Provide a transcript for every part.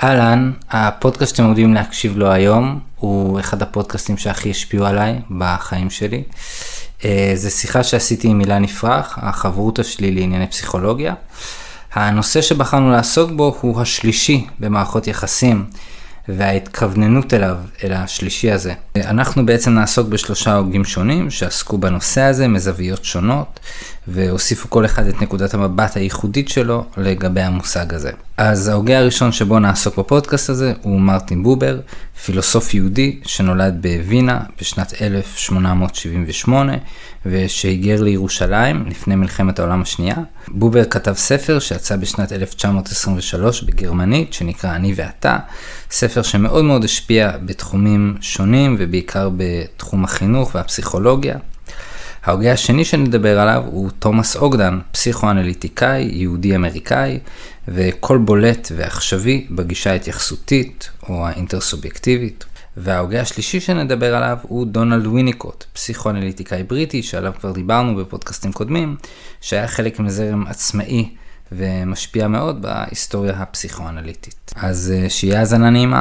אהלן, הפודקאסט שאתם עומדים להקשיב לו היום הוא אחד הפודקאסטים שהכי השפיעו עליי בחיים שלי. זה שיחה שעשיתי עם אילן יפרח, החברותה שלי לענייני פסיכולוגיה. הנושא שבחרנו לעסוק בו הוא השלישי במערכות יחסים וההתכווננות אליו, אל השלישי הזה. אנחנו בעצם נעסוק בשלושה הוגים שונים שעסקו בנושא הזה מזוויות שונות, והוסיפו כל אחד את נקודת המבט הייחודית שלו לגבי המושג הזה. אז ההוגה הראשון שבו נעסוק בפודקאסט הזה הוא מרטין בובר, פילוסוף יהודי שנולד בווינה בשנת 1878, ושהיגר לירושלים לפני מלחמת העולם השנייה. בובר כתב ספר שיצא בשנת 1923 בגרמנית, שנקרא אני ואתה, ספר שמאוד מאוד השפיע בתחומים שונים, ובעיקר בתחום החינוך והפסיכולוגיה. ההוגה השני שנדבר עליו הוא תומאס אוגדן, פסיכואנליטיקאי יהודי אמריקאי, וקול בולט ועכשווי בגישה ההתייחסותית או האינטרסובייקטיבית. וההוגה השלישי שנדבר עליו הוא דונלד ויניקוט, פסיכואנליטיקאי בריטי שעליו כבר דיברנו בפודקאסטים קודמים, שהיה חלק מזרם עצמאי ומשפיע מאוד בהיסטוריה הפסיכואנליטית. אז שיהיה האזנה נעימה.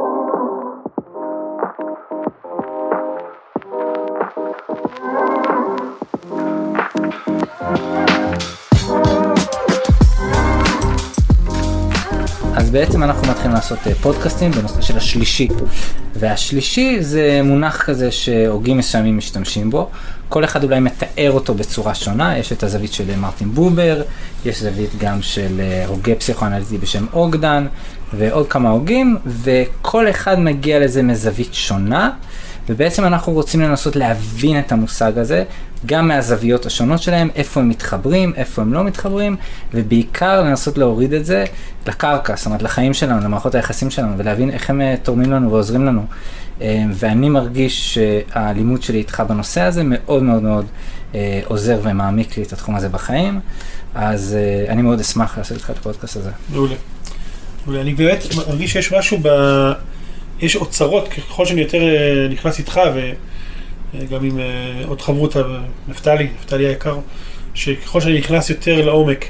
אז בעצם אנחנו מתחילים לעשות פודקאסטים בנושא של השלישי. והשלישי זה מונח כזה שהוגים מסוימים משתמשים בו. כל אחד אולי מתאר אותו בצורה שונה. יש את הזווית של מרטין בובר, יש זווית גם של הוגה פסיכואנליטי בשם אוגדן, ועוד כמה הוגים, וכל אחד מגיע לזה מזווית שונה. ובעצם אנחנו רוצים לנסות להבין את המושג הזה, גם מהזוויות השונות שלהם, איפה הם מתחברים, איפה הם לא מתחברים, ובעיקר לנסות להוריד את זה לקרקע, זאת אומרת לחיים שלנו, למערכות היחסים שלנו, ולהבין איך הם תורמים לנו ועוזרים לנו. ואני מרגיש שהלימוד שלי איתך בנושא הזה מאוד מאוד מאוד עוזר ומעמיק לי את התחום הזה בחיים, אז אני מאוד אשמח לעשות איתך את הפודקאסט הזה. מעולה. אני באמת מרגיש שיש משהו יש אוצרות, ככל שאני יותר נכנס איתך, וגם עם עוד חברות, נפתלי היקר, שככל שאני נכנס יותר לעומק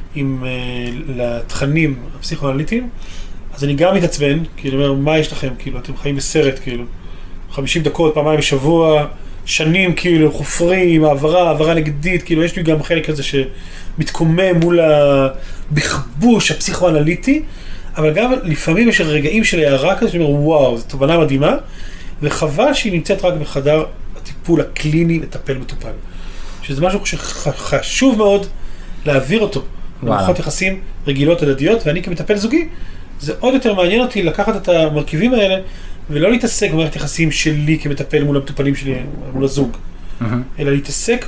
לתכנים הפסיכואנליטיים, אז אני גם מתעצבן, כאילו, אומר, מה יש לכם? כאילו, אתם חיים בסרט, כאילו, 50 דקות, פעמיים בשבוע, שנים, כאילו, חופרים, העברה נגדית, כאילו, יש לי גם חלק כזה שמתקומם מול הבכבוש הפסיכואנליטי, אבל גם לפעמים יש רגעים של הערה כזה, שאני אומר, וואו, זו תובנה מדהימה, וחבל שהיא נמצאת רק בחדר הטיפול הקליני לטפל מטופל. שזה משהו שחשוב מאוד להעביר אותו למערכות יחסים רגילות הדדיות, ואני כמטפל זוגי, זה עוד יותר מעניין אותי לקחת את המרכיבים האלה, ולא להתעסק במערכת יחסים שלי כמטפל מול המטופלים שלי, מול הזוג, אלא להתעסק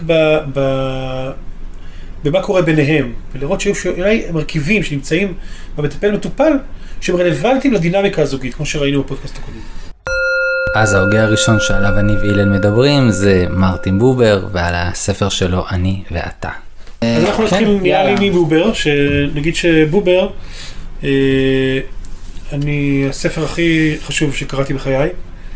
במה קורה ביניהם, ולראות שיש אולי מרכיבים שנמצאים במטפל מטופל, שהם רלוונטיים לדינמיקה הזוגית, כמו שראינו בפודקאסט הקודם. אז ההוגה הראשון שעליו אני ואילן מדברים זה מרטין בובר, ועל הספר שלו אני ואתה. אז אנחנו נתחיל נראה לי מבובר, שנגיד שבובר, הספר הכי חשוב שקראתי בחיי,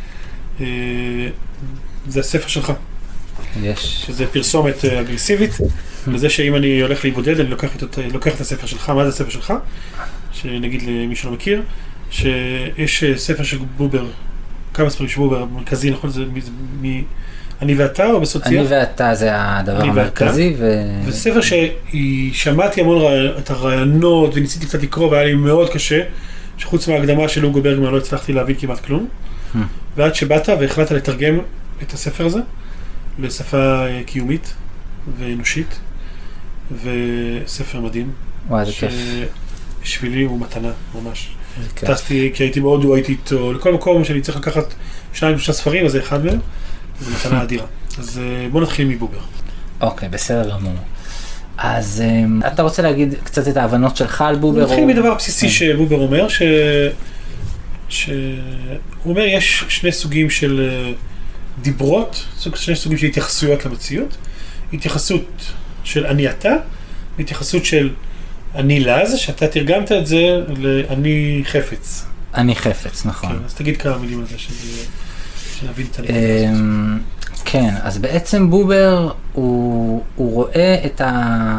זה הספר שלך. שזה פרסומת אגרסיבית, וזה שאם אני הולך להיבודד, אני לוקח את הספר שלך. מה זה הספר שלך? שנגיד למי שלא מכיר, שיש ספר של בובר, כמה ספרים של בובר, מרכזי, נכון? זה אני ואתה או בסוציאל? אני ואתה זה הדבר המרכזי. זה ספר ששמעתי המון את הרעיונות, וניסיתי קצת לקרוא, והיה לי מאוד קשה, שחוץ מההקדמה של לוגו ברגמן לא הצלחתי להבין כמעט כלום. ועד שבאת והחלטת לתרגם את הספר הזה, בשפה קיומית ואנושית, וספר מדהים. וואי, זה כיף. ששבילי הוא מתנה, ממש. טסתי, כי הייתי בהודו, הייתי איתו, לכל מקום שאני צריך לקחת 2-3 ספרים, אז זה אחד מהם, זו מתנה אדירה. אז בוא נתחיל מבובר. אוקיי, בסדר גמור. אז אתה רוצה להגיד קצת את ההבנות שלך על בובר? נתחיל מדבר בסיסי שבובר אומר, שהוא אומר, יש שני סוגים של דיברות, שני סוגים של התייחסויות למציאות. התייחסות של אני אתה, והתייחסות של אני לז, שאתה תרגמת את זה לאני חפץ. אני חפץ, נכון. כן, אז תגיד כמה מילים על זה, שנבין את הנקודה הזאת. כן, אז בעצם בובר הוא רואה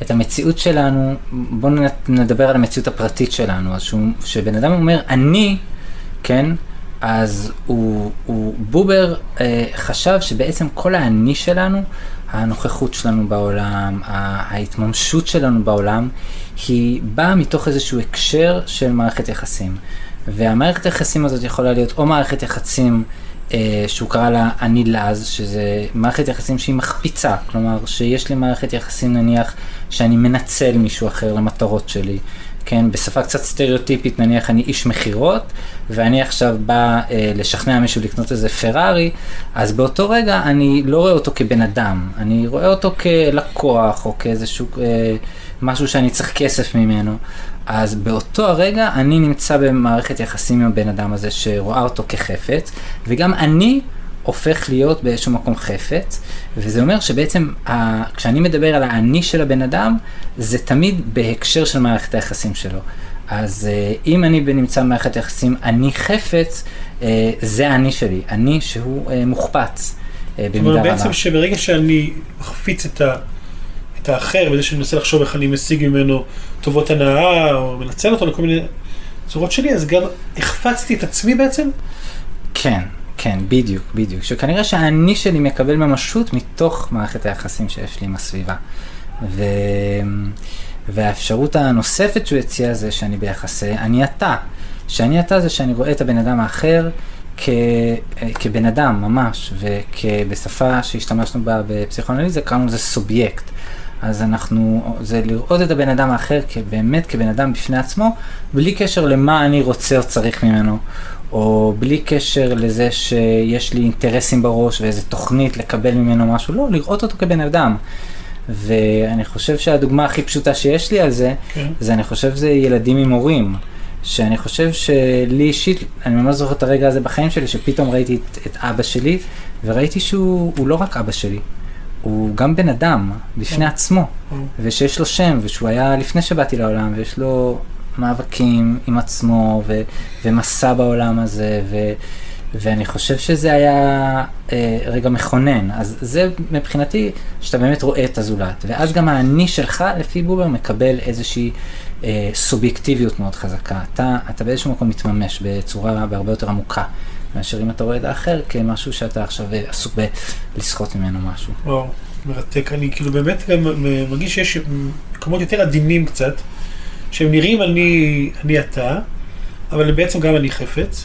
את המציאות שלנו, בואו נדבר על המציאות הפרטית שלנו, אז שבן אדם אומר, אני, כן, אז בובר חשב שבעצם כל האני שלנו, הנוכחות שלנו בעולם, ההתממשות שלנו בעולם, היא באה מתוך איזשהו הקשר של מערכת יחסים. והמערכת היחסים הזאת יכולה להיות או מערכת יחסים שהוא קרא לה אני לז, שזה מערכת יחסים שהיא מחפיצה, כלומר שיש לי מערכת יחסים נניח שאני מנצל מישהו אחר למטרות שלי, כן, בשפה קצת סטריאוטיפית, נניח אני איש מחירות, ואני עכשיו בא לשכנע מישהו לקנות איזה פרארי, אז באותו רגע אני לא רואה אותו כבן אדם, אני רואה אותו כלקוח, או כאיזשהו משהו שאני צריך כסף ממנו. אז באותו הרגע אני נמצא במערכת יחסים עם הבן אדם הזה, שרואה אותו כחפץ, וגם אני הופך להיות באיזשהו מקום חפץ, וזה אומר שבעצם כשאני מדבר על האני של הבן אדם, זה תמיד בהקשר של מערכת היחסים שלו. אז אם אני נמצא במערכת היחסים אני חפץ, זה האני שלי, אני שהוא מוחפץ במידה רבה. זאת אומרת בעצם שברגע שאני מחפיץ את האחר, בזה שאני מנסה לחשוב איך אני משיג ממנו טובות הנאה, או מנצל אותו לכל מיני צורות שלי, אז גם החפצתי את עצמי בעצם? כן. כן, בדיוק. שכנראה שהאני שלי מקבל ממשות מתוך מערכת היחסים שיש לי עם הסביבה. והאפשרות הנוספת שהוא הציע זה שאני ביחסי אני אתה. שאני אתה זה שאני רואה את הבן אדם האחר כבן אדם ממש, וכבשפה שהשתמשנו בה בפסיכואנליזה, קראנו לזה סובייקט. אז זה לראות את הבן אדם האחר באמת כבן אדם בפני עצמו, בלי קשר למה אני רוצה או צריך ממנו. או בלי קשר לזה שיש לי אינטרסים בראש ואיזו תוכנית לקבל ממנו משהו, לא, לראות אותו כבן אדם. ואני חושב שהדוגמה הכי פשוטה שיש לי על זה, זה אני חושב זה ילדים עם הורים. שאני חושב שלי אישית, אני ממש זוכר את הרגע הזה בחיים שלי, שפתאום ראיתי את אבא שלי, וראיתי שהוא לא רק אבא שלי, הוא גם בן אדם בפני עצמו, ושיש לו שם, ושהוא היה לפני שבאתי לעולם, ויש לו מאבקים עם עצמו ומסע בעולם הזה, ואני חושב שזה היה רגע מכונן. אז זה מבחינתי שאתה באמת רואה את הזולת, ואז גם האני שלך לפי בובר מקבל איזושהי סובייקטיביות מאוד חזקה. אתה באיזשהו מקום מתממש בצורה בהרבה יותר עמוקה, מאשר אם אתה רואה את האחר כמשהו שאתה עכשיו עסוק בלסחוט ממנו משהו. וואו, מרתק. אני כאילו באמת גם מרגיש שיש מקומות יותר עדינים קצת, שהם נראים אני אתה, אבל בעצם גם אני חפץ,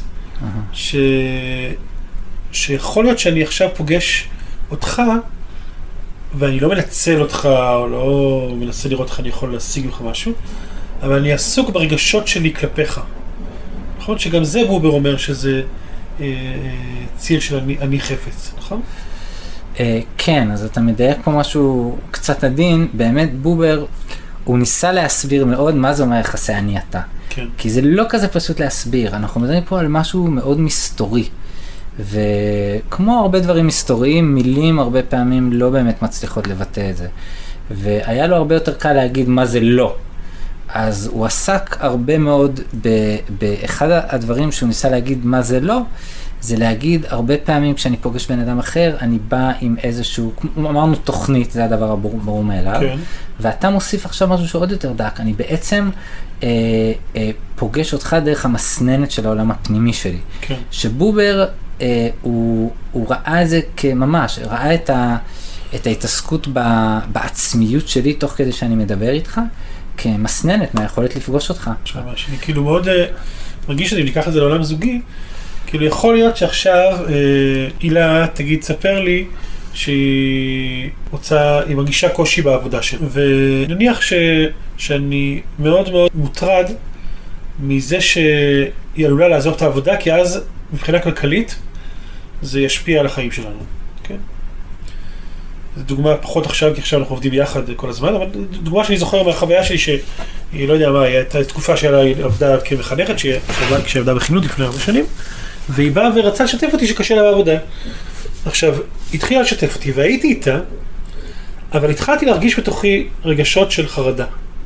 שיכול להיות שאני עכשיו פוגש אותך, ואני לא מנצל אותך, או לא מנסה לראות איך אני יכול להשיג לך משהו, אבל אני עסוק ברגשות שלי כלפיך. נכון? שגם זה בובר אומר שזה ציר של אני חפץ, נכון? כן, אז אתה מדייק פה משהו קצת עדין, באמת בובר, הוא ניסה להסביר מאוד מה זה אומר יחסי אני אתה. כן. כי זה לא כזה פשוט להסביר, אנחנו מדברים פה על משהו מאוד מסתורי. וכמו הרבה דברים מסתוריים, מילים הרבה פעמים לא באמת מצליחות לבטא את זה. והיה לו הרבה יותר קל להגיד מה זה לא. אז הוא עסק הרבה מאוד באחד הדברים שהוא ניסה להגיד מה זה לא, זה להגיד הרבה פעמים כשאני פוגש בן אדם אחר, אני בא עם איזשהו, אמרנו תוכנית, זה הדבר הברור מאליו, כן. ואתה מוסיף עכשיו משהו שעוד יותר דק, אני בעצם פוגש אותך דרך המסננת של העולם הפנימי שלי. כן. שבובר, הוא ראה את זה כממש, ראה את ההתעסקות בעצמיות שלי תוך כדי שאני מדבר איתך, כמסננת מהיכולת לפגוש אותך. ממש, אני כאילו מאוד מרגיש שאני ניקח את זה לעולם זוגי, כאילו יכול להיות שעכשיו אילה תגיד, ספר לי שהיא מרגישה קושי בעבודה שלה. ונניח שאני מאוד מאוד מוטרד מזה שהיא עלולה לעזוב את העבודה, כי אז מבחינה כלכלית זה ישפיע על החיים שלנו. כן? זו דוגמה פחות עכשיו, כי עכשיו אנחנו עובדים ביחד כל הזמן, אבל דוגמה שאני זוכר מהחוויה שלי שהיא לא יודע מה, היא הייתה תקופה שלה, היא עבדה כמחנכת, כשהיא עבדה בחינוך לפני הרבה שנים, והיא באה ורצה לשתף אותי שקשה לה בעבודה. עכשיו, התחילה לשתף אותי והייתי איתה, אבל התחלתי להרגיש בתוכי רגשות של חרדה.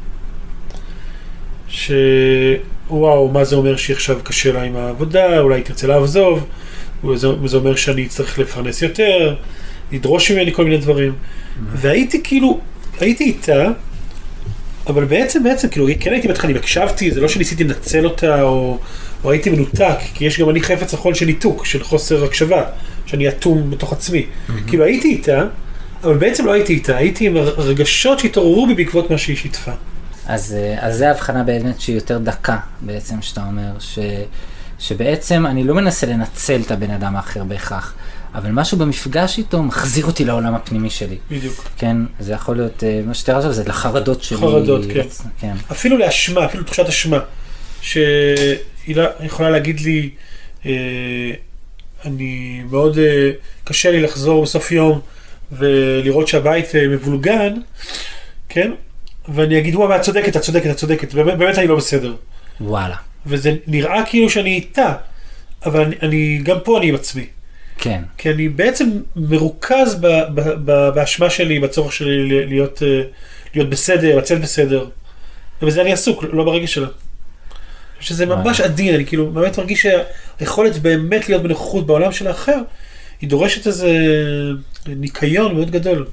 שוואו, מה זה אומר שהיא עכשיו קשה לה עם העבודה, אולי היא תרצה לעזוב, זה אומר שאני צריך לפרנס יותר, לדרוש ממני כל מיני דברים. והייתי כאילו, הייתי איתה, אבל בעצם, כאילו, כן הייתי בתכנים, הקשבתי, זה לא שניסיתי לנצל אותה, או הייתי מנותק, כי יש גם אני חפץ החול של ניתוק, של חוסר הקשבה, שאני אטום בתוך עצמי. כאילו, הייתי איתה, אבל בעצם לא הייתי איתה, הייתי עם הרגשות שהתעוררו בי בעקבות מה שהיא שיתפה. אז זה ההבחנה באמת שהיא יותר דקה, בעצם, שאתה אומר, שבעצם אני לא מנסה לנצל את הבן אדם האחר בהכרח, אבל משהו במפגש איתו מחזיר אותי לעולם הפנימי שלי. בדיוק. כן, זה יכול להיות, מה שתראה עכשיו, זה לחרדות שלי. חרדות, כן. אפילו להשמה, אפילו תחושת אשמה, שהיא יכולה להגיד לי, אני מאוד קשה לי לחזור בסוף יום, ולראות שהבית מבולגן, כן? ואני אגיד, וואו, את צודקת, באמת אני לא בסדר. וואלה. וזה נראה כאילו שאני איתה, אבל גם פה אני עם עצמי. כן. כי אני בעצם מרוכז באשמה שלי, בצורך שלי להיות בסדר, לצאת בסדר. ובזה אני עסוק, לא ברגש שלה. שזה ממש עדין, אני כאילו באמת מרגיש שהיכולת באמת להיות בנוכחות בעולם של האחר, היא דורשת איזה ניקיון מאוד גדול.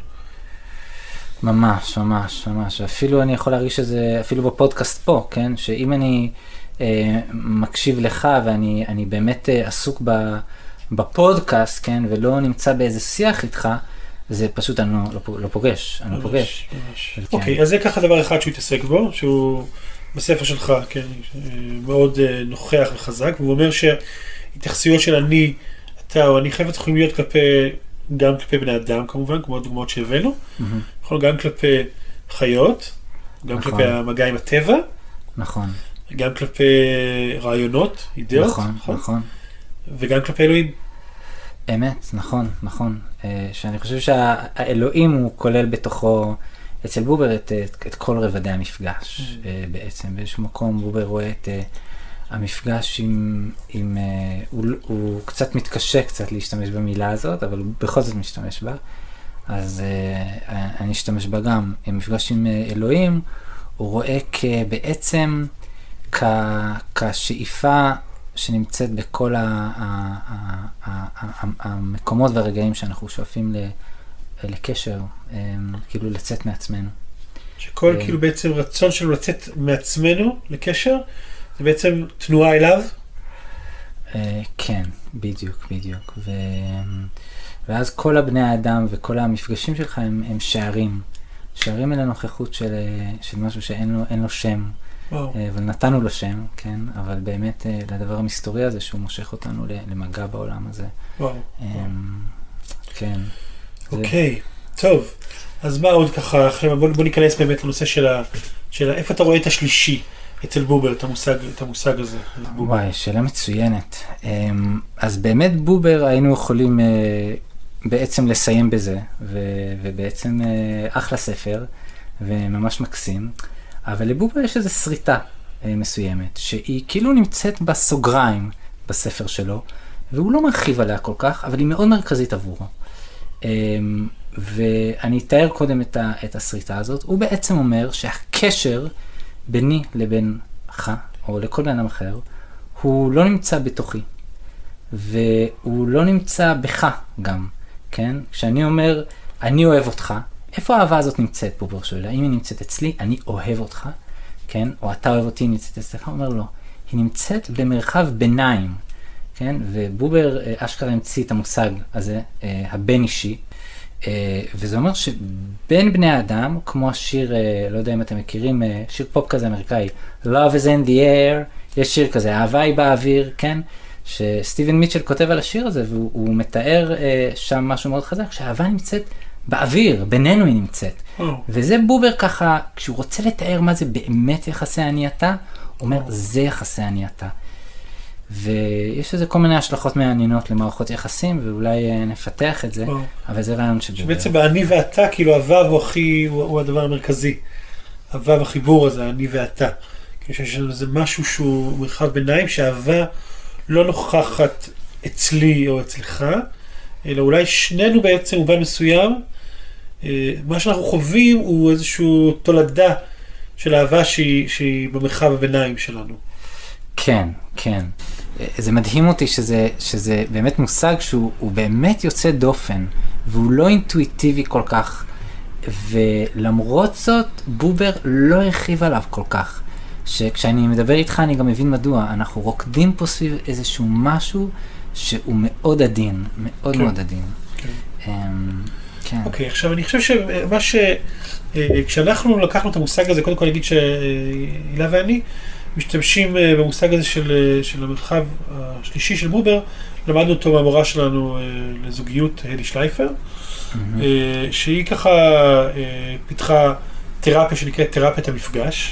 ממש. אפילו אני יכול להרגיש שזה, אפילו בפודקאסט פה, כן? שאם אני מקשיב לך ואני באמת עסוק בפודקאסט, כן? ולא נמצא באיזה שיח איתך, זה פשוט אני לא פוגש, אני לא פוגש. אוקיי, אז זה ככה דבר אחד שהוא התעסק בו, שהוא בספר שלך, כן, מאוד נוכח וחזק, והוא אומר שהתייחסויות של אתה או אני חייבת יכולים להיות גם כלפי בני אדם כמובן, כמו הדוגמאות שהבאנו, יכול גם כלפי חיות, גם כלפי המגע עם הטבע, נכון. גם כלפי רעיונות, אידאות, נכון. וגם כלפי אלוהים. אמת, נכון. שאני חושב שהאלוהים הוא כולל בתוכו, אצל בובר, את כל רבדי המפגש בעצם. באיזשהו מקום בובר רואה את המפגש הוא קצת מתקשה קצת להשתמש במילה הזאת, אבל הוא בכל זאת משתמש בה. אז אני אשתמש בה גם. המפגש עם אלוהים, הוא רואה בעצם כשאיפה שנמצאת בכל המקומות והרגעים שאנחנו שואפים לקשר, כאילו לצאת מעצמנו. שכל כאילו בעצם רצון שלנו לצאת מעצמנו לקשר, זה בעצם תנועה אליו? כן, בדיוק. ואז כל הבני האדם וכל המפגשים שלך הם שערים. שערים אל הנוכחות של משהו שאין לו שם. אבל נתנו לו שם, כן? אבל באמת לדבר המסתורי הזה שהוא מושך אותנו למגע בעולם הזה. כן. אוקיי, טוב. אז מה עוד ככה, עכשיו בוא ניכנס באמת לנושא של איפה אתה רואה את השלישי אצל בובר, את המושג הזה. וואי, שאלה מצוינת. אז באמת בובר היינו יכולים בעצם לסיים בזה, ובעצם אחלה ספר, וממש מקסים. אבל לבובר יש איזו שריטה מסוימת, שהיא כאילו נמצאת בסוגריים בספר שלו, והוא לא מרחיב עליה כל כך, אבל היא מאוד מרכזית עבורו. ואני אתאר קודם את השריטה הזאת. הוא בעצם אומר שהקשר ביני לבינך, או לכל בן אדם אחר, הוא לא נמצא בתוכי, והוא לא נמצא בך גם, כן? כשאני אומר, אני אוהב אותך, איפה האהבה הזאת נמצאת? בובר שואל, האם היא נמצאת אצלי? אני אוהב אותך, כן? או אתה אוהב אותי, היא נמצאת אצלך? הוא אומר, לא. היא נמצאת במרחב ביניים, כן? ובובר אשכרה המציא את המושג הזה, הבין אישי, וזה אומר שבין בני האדם, כמו השיר, לא יודע אם אתם מכירים, שיר פופ כזה אמריקאי, Love is in the air, יש שיר כזה, אהבה היא באוויר, כן? שסטיבן מיטשל כותב על השיר הזה, והוא מתאר שם משהו מאוד חזק, שהאהבה נמצאת באוויר, בינינו היא נמצאת. וזה בובר ככה, כשהוא רוצה לתאר מה זה באמת יחסי אני-אתה, הוא אומר, זה יחסי אני-אתה. ויש איזה כל מיני השלכות מעניינות למערכות יחסים, ואולי נפתח את זה, אבל זה רעיון שבובר. שבעצם באני ואתה, כאילו הוו הוא הדבר המרכזי. הוו החיבור הזה, אני ואתה. יש איזה משהו שהוא מרחב ביניים, שהאהבה לא נוכחת אצלי או אצלך, אלא אולי שנינו בעצם, מובן מסוים, מה שאנחנו חווים הוא איזושהי תולדה של אהבה שהיא במרחב הביניים שלנו. כן. זה מדהים אותי שזה באמת מושג שהוא באמת יוצא דופן, והוא לא אינטואיטיבי כל כך, ולמרות זאת, בובר לא הרחיב עליו כל כך. שכשאני מדבר איתך אני גם מבין מדוע, אנחנו רוקדים פה סביב איזשהו משהו שהוא מאוד עדין, מאוד כן. מאוד עדין. כן. כן. אוקיי, עכשיו אני חושב שמה כשאנחנו לקחנו את המושג הזה, קודם כל נגיד שהילה ואני משתמשים במושג הזה של המרחב השלישי של בובר, למדנו אותו מהמורה שלנו לזוגיות, הדי שלייפר, שהיא ככה פיתחה תרפיה שנקראת תרפיית המפגש,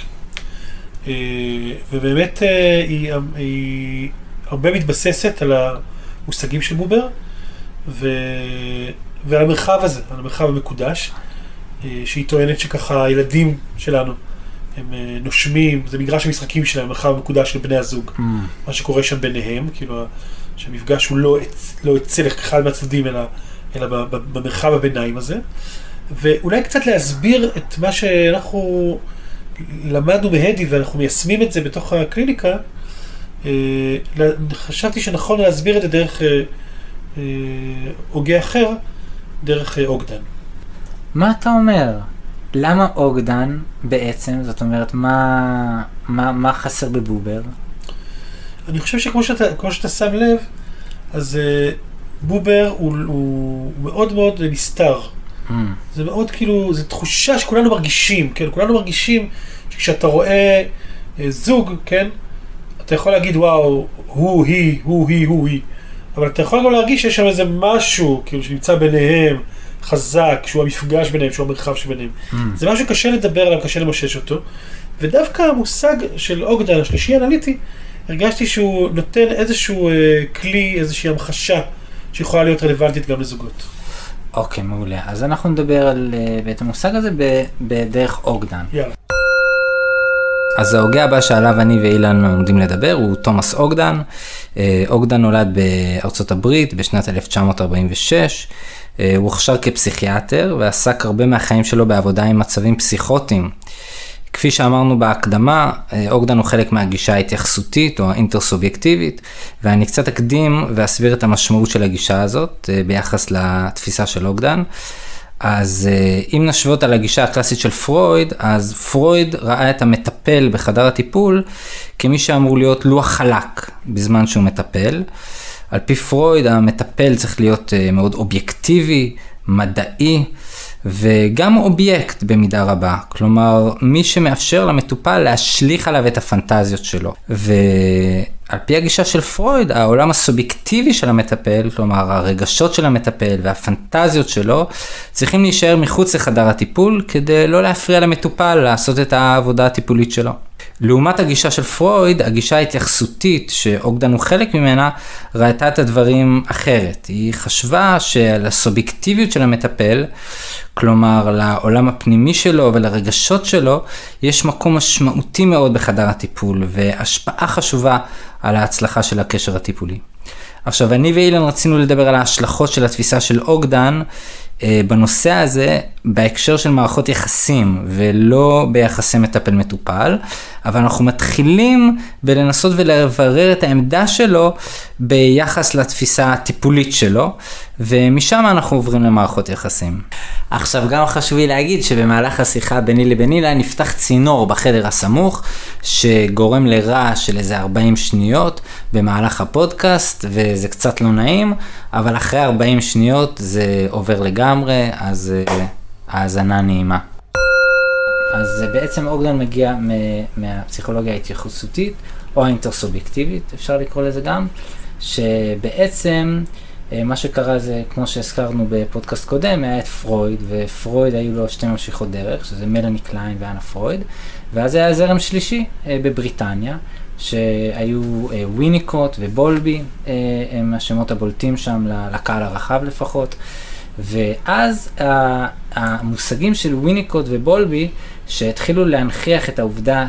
ובאמת היא הרבה מתבססת על המושגים של בובר, ועל המרחב הזה, על המרחב המקודש, שהיא טוענת שככה הילדים שלנו הם נושמים, זה מגרש המשחקים שלהם, המרחב המקודש של בני הזוג. מה שקורה שם ביניהם, כאילו שהמפגש הוא לא אצל אחד מהצדדים, אלא במרחב הביניים הזה. ואולי קצת להסביר את מה שאנחנו למדנו בהדי, ואנחנו מיישמים את זה בתוך הקליניקה, חשבתי שנכון להסביר את זה דרך הוגה אחר, דרך אוגדן. מה אתה אומר? למה אוגדן בעצם? זאת אומרת, מה חסר בבובר? אני חושב שכמו שאתה שם לב, אז בובר הוא מאוד מאוד נסתר. זה מאוד כאילו, זו תחושה שכולנו מרגישים, כן? כולנו מרגישים שכשאתה רואה זוג, כן? אתה יכול להגיד, וואו, הוא, היא. אבל אתה יכול גם להרגיש שיש שם איזה משהו, כאילו, שנמצא ביניהם, חזק, שהוא המפגש ביניהם, שהוא המרחב שביניהם. זה משהו קשה לדבר עליו, קשה למשש אותו. ודווקא המושג של אוגדן, השלישי האנליטי, הרגשתי שהוא נותן איזשהו כלי, איזושהי המחשה, שיכולה להיות רלוונטית גם לזוגות. אוקיי, מעולה. אז אנחנו נדבר על את המושג הזה בדרך אוגדן. יאללה. אז ההוגה הבא שעליו אני ואילן עומדים לדבר הוא תומאס אוגדן. אוגדן נולד בארצות הברית בשנת 1946. הוא הוכשר כפסיכיאטר ועסק הרבה מהחיים שלו בעבודה עם מצבים פסיכוטיים. כפי שאמרנו בהקדמה, אוגדן הוא חלק מהגישה ההתייחסותית או האינטרסובייקטיבית, ואני קצת אקדים ואסביר את המשמעות של הגישה הזאת ביחס לתפיסה של אוגדן. אז אם נשוות על הגישה הקלאסית של פרויד, אז פרויד ראה את המטפל בחדר הטיפול כמי שאמור להיות לוח חלק בזמן שהוא מטפל. על פי פרויד המטפל צריך להיות מאוד אובייקטיבי, מדעי, וגם אובייקט במידה רבה, כלומר מי שמאפשר למטופל להשליך עליו את הפנטזיות שלו. ועל פי הגישה של פרויד, העולם הסובייקטיבי של המטפל, כלומר הרגשות של המטפל והפנטזיות שלו, צריכים להישאר מחוץ לחדר הטיפול כדי לא להפריע למטופל לעשות את העבודה הטיפולית שלו. לעומת הגישה של פרויד, הגישה ההתייחסותית שאוגדן הוא חלק ממנה, ראתה את הדברים אחרת. היא חשבה שלסובייקטיביות של המטפל, כלומר לעולם הפנימי שלו ולרגשות שלו, יש מקום משמעותי מאוד בחדר הטיפול, והשפעה חשובה על ההצלחה של הקשר הטיפולי. עכשיו, אני ואילן רצינו לדבר על ההשלכות של התפיסה של אוגדן, בנושא הזה בהקשר של מערכות יחסים ולא ביחסי מטפל מטופל, אבל אנחנו מתחילים בלנסות ולברר את העמדה שלו ביחס לתפיסה הטיפולית שלו, ומשם אנחנו עוברים למערכות יחסים. עכשיו גם חשוב לי להגיד שבמהלך השיחה ביני לבין אילה נפתח צינור בחדר הסמוך שגורם לרעש של איזה 40 שניות במהלך הפודקאסט, וזה קצת לא נעים, אבל אחרי 40 שניות זה עובר לגמרי, אז האזנה נעימה. אז בעצם אוגדן מגיע מהפסיכולוגיה ההתייחסותית או האינטרסובייקטיבית, אפשר לקרוא לזה גם, שבעצם מה שקרה זה, כמו שהזכרנו בפודקאסט קודם, היה את פרויד, ופרויד היו לו שתי ממשיכות דרך, שזה מלאני קליין ואנה פרויד, ואז היה זרם שלישי בבריטניה, שהיו וויניקוט ובולבי, הם השמות הבולטים שם לקהל הרחב לפחות, ואז המושגים של וויניקוט ובולבי, שהתחילו להנכיח את העובדה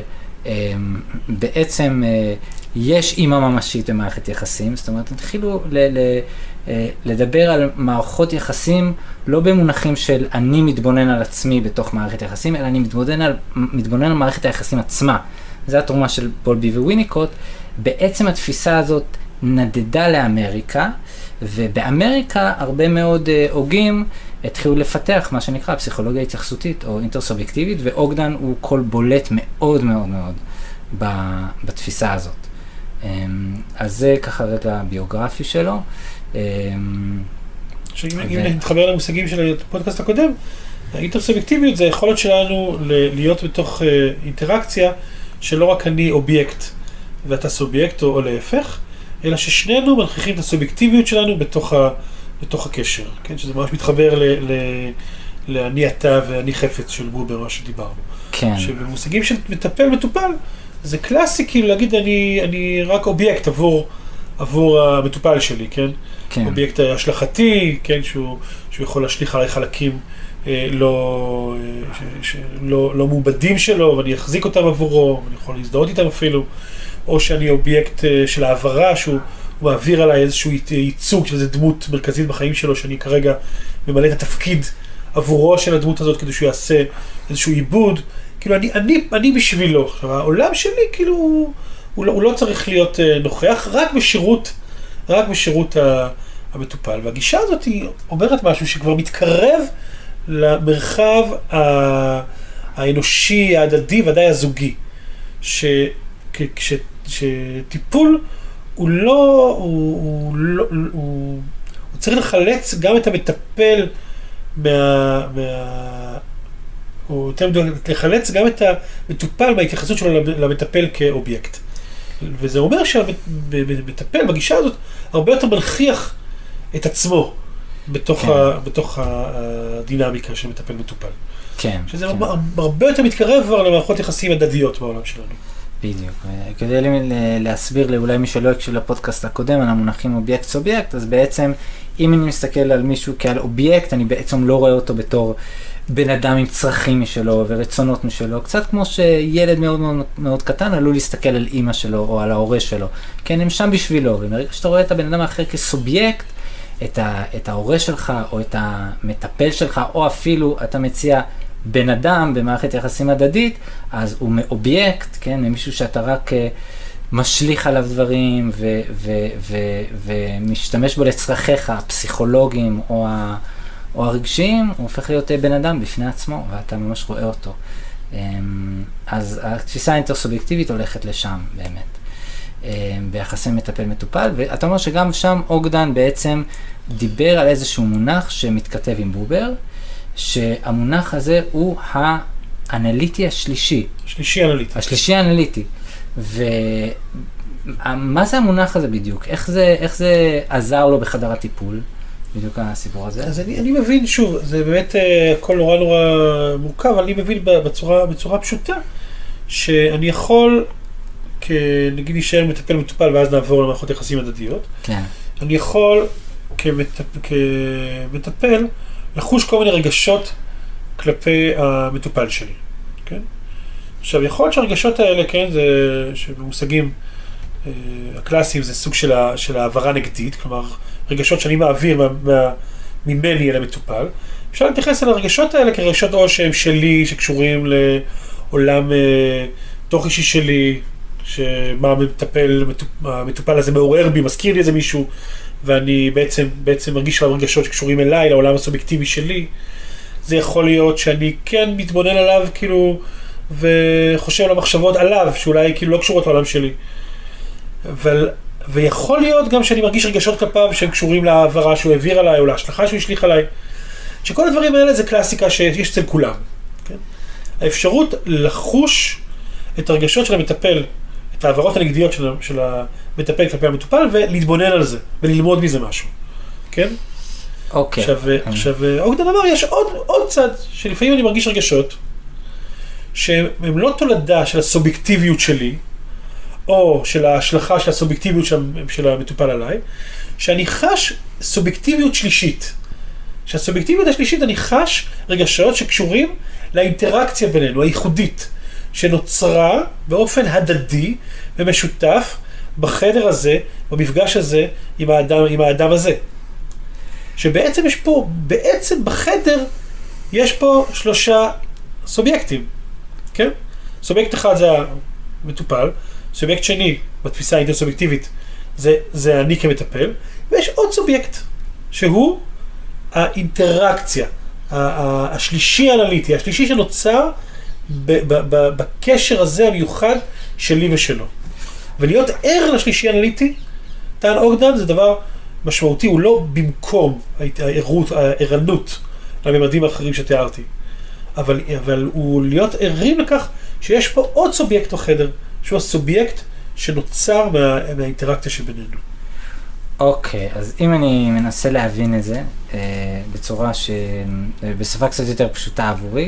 שבעצם יש אימא ממשית במערכת יחסים, זאת אומרת, התחילו לדבר על מערכות יחסים לא במונחים של אני מתבונן על עצמי בתוך מערכת יחסים, אלא אני מתבונן על מערכת היחסים עצמה. זו התרומה של בולבי וויניקוט. בעצם התפיסה הזאת נדדה לאמריקה, ובאמריקה הרבה מאוד הוגים התחילו לפתח מה שנקרא פסיכולוגיה התייחסותית או אינטרסובייקטיבית, ואוגדן הוא קול בולט מאוד מאוד מאוד בתפיסה הזאת. אז זה ככה רגע ביוגרפי שלו. אם נתחבר למושגים של הפודקאסט הקודם, האינטרסובייקטיביות זה היכולת שלנו להיות בתוך אינטראקציה שלא רק אני אובייקט ואתה סובייקט או להפך, אלא ששנינו מנכיחים את הסובייקטיביות שלנו בתוך הקשר, כן? שזה ממש מתחבר לאני אתה ואני חפץ של בובר, מה שדיברנו. כן. שבמושגים של מטפל, זה קלאסי כאילו להגיד אני רק אובייקט עבור המטופל שלי, כן? כן. אובייקט השלכתי, כן? שהוא יכול להשליך עליי חלקים לא מעובדים שלו, ואני אחזיק אותם עבורו, ואני יכול להזדהות איתם אפילו, או שאני אובייקט של העברה, שהוא מעביר עליי איזשהו ייצוג של איזו דמות מרכזית בחיים שלו, שאני כרגע ממלא את התפקיד עבורו של הדמות הזאת, כדי שהוא יעשה איזשהו עיבוד. כאילו, אני בשבילו. עכשיו, העולם שלי, כאילו, הוא לא צריך להיות נוכח, רק בשירות המטופל. והגישה הזאת היא אומרת משהו שכבר מתקרב למרחב האנושי, ההדדי, ודאי הזוגי. שטיפול הוא צריך לחלץ גם את המטפל או יותר מדויק, לחלץ גם את המטופל מההתייחסות שלו למטפל כאובייקט. וזה אומר שהמטפל בגישה הזאת הרבה יותר מנכיח את עצמו בתוך הדינמיקה של מטפל מטופל. כן. שזה הרבה יותר מתקרב כבר למערכות יחסים הדדיות בעולם שלנו. בדיוק. כדי להסביר לאולי מי שלא הקשיב לפודקאסט הקודם על המונחים אובייקט-סובייקט, אז בעצם אם אני מסתכל על מישהו כעל אובייקט, אני בעצם לא רואה אותו בתור בן אדם עם צרכים משלו ורצונות משלו, קצת כמו שילד מאוד מאוד מאוד קטן עלול להסתכל על אמא שלו או על ההורה שלו, כן, הם שם בשבילו, ומרגע שאתה רואה את הבן אדם האחר כסובייקט, את ההורה שלך או את המטפל שלך, או אפילו אתה מציע בן אדם במערכת יחסים הדדית, אז הוא מאובייקט, כן, ממישהו שאתה רק משליך עליו דברים ומשתמש בו לצרכיך הפסיכולוגיים או הרגשיים, הוא הופך להיות בן אדם בפני עצמו, ואתה ממש רואה אותו. אז התפיסה האינטרסובייקטיבית הולכת לשם באמת, ביחסי מטפל-מטופל, ואתה אומר שגם שם אוגדן בעצם דיבר על איזשהו מונח שמתכתב עם בובר, שהמונח הזה הוא האנליטי השלישי. השלישי האנליטי. ומה זה המונח הזה בדיוק? איך זה עזר לו בחדר הטיפול? בדיוק הסיפור הזה. אז אני מבין, שוב, זה באמת הכל נורא מורכב, אבל אני מבין בצורה פשוטה, שאני יכול, נגיד נשאר מטפל מטופל, ואז נעבור למערכות יחסים הדדיות. כן. אני יכול כמטפל לחוש כל מיני רגשות כלפי המטופל שלי, כן? עכשיו, יכול להיות שהרגשות האלה, כן, זה שבמושגים הקלאסיים זה סוג של העברה נגדית, כלומר, רגשות שאני מעביר ממני אל המטופל. אפשר להתייחס על הרגשות האלה כרגשות או שהם שלי, שקשורים לעולם תוך אישי שלי, שמה המטופל הזה מעורר בי, מזכיר לי איזה מישהו, ואני בעצם מרגיש עליו רגשות שקשורים אליי, לעולם הסובייקטיבי שלי. זה יכול להיות שאני כן מתבונן עליו, כאילו, וחושב על המחשבות עליו, שאולי כאילו לא קשורות לעולם שלי. ויכול להיות גם שאני מרגיש רגשות כלפיו שהם קשורים להעברה שהוא העביר עליי, או להשלכה שהוא השליך עליי. שכל הדברים האלה זה קלאסיקה שיש אצל כולם. כן? האפשרות לחוש את הרגשות של המטפל, את העברות הנגדיות של המטפל כלפי המטופל, ולהתבונן על זה, וללמוד מזה משהו. כן? אוקיי. עכשיו, אוגדן אמר, יש עוד צד, שלפעמים אני מרגיש רגשות, שהם לא תולדה של הסובייקטיביות שלי, או של ההשלכה של הסובייקטיביות של המטופל עליי, שאני חש סובייקטיביות שלישית. שהסובייקטיביות השלישית אני חש רגשות שקשורים לאינטראקציה בינינו, הייחודית, שנוצרה באופן הדדי ומשותף בחדר הזה, במפגש הזה, עם האדם הזה. שבעצם יש פה, בחדר, יש פה 3 סובייקטים, כן? סובייקט אחד זה המטופל, סובייקט שני, בתפיסה האינטרסובייקטיבית, זה אני כמטפל, ויש עוד סובייקט, שהוא האינטראקציה, השלישי האנליטי, השלישי שנוצר בקשר הזה המיוחד שלי ושלו. ולהיות ער לשלישי האנליטי, טען אוגדן זה דבר משמעותי, הוא לא במקום הערנות לממדים האחרים שתיארתי. אבל הוא להיות ערים לכך שיש פה עוד סובייקט בחדר, שהוא הסובייקט שנוצר מהאינטראקציה שבינינו. אוקיי, אז אם אני מנסה להבין את זה בצורה בשפה קצת יותר פשוטה עבורי,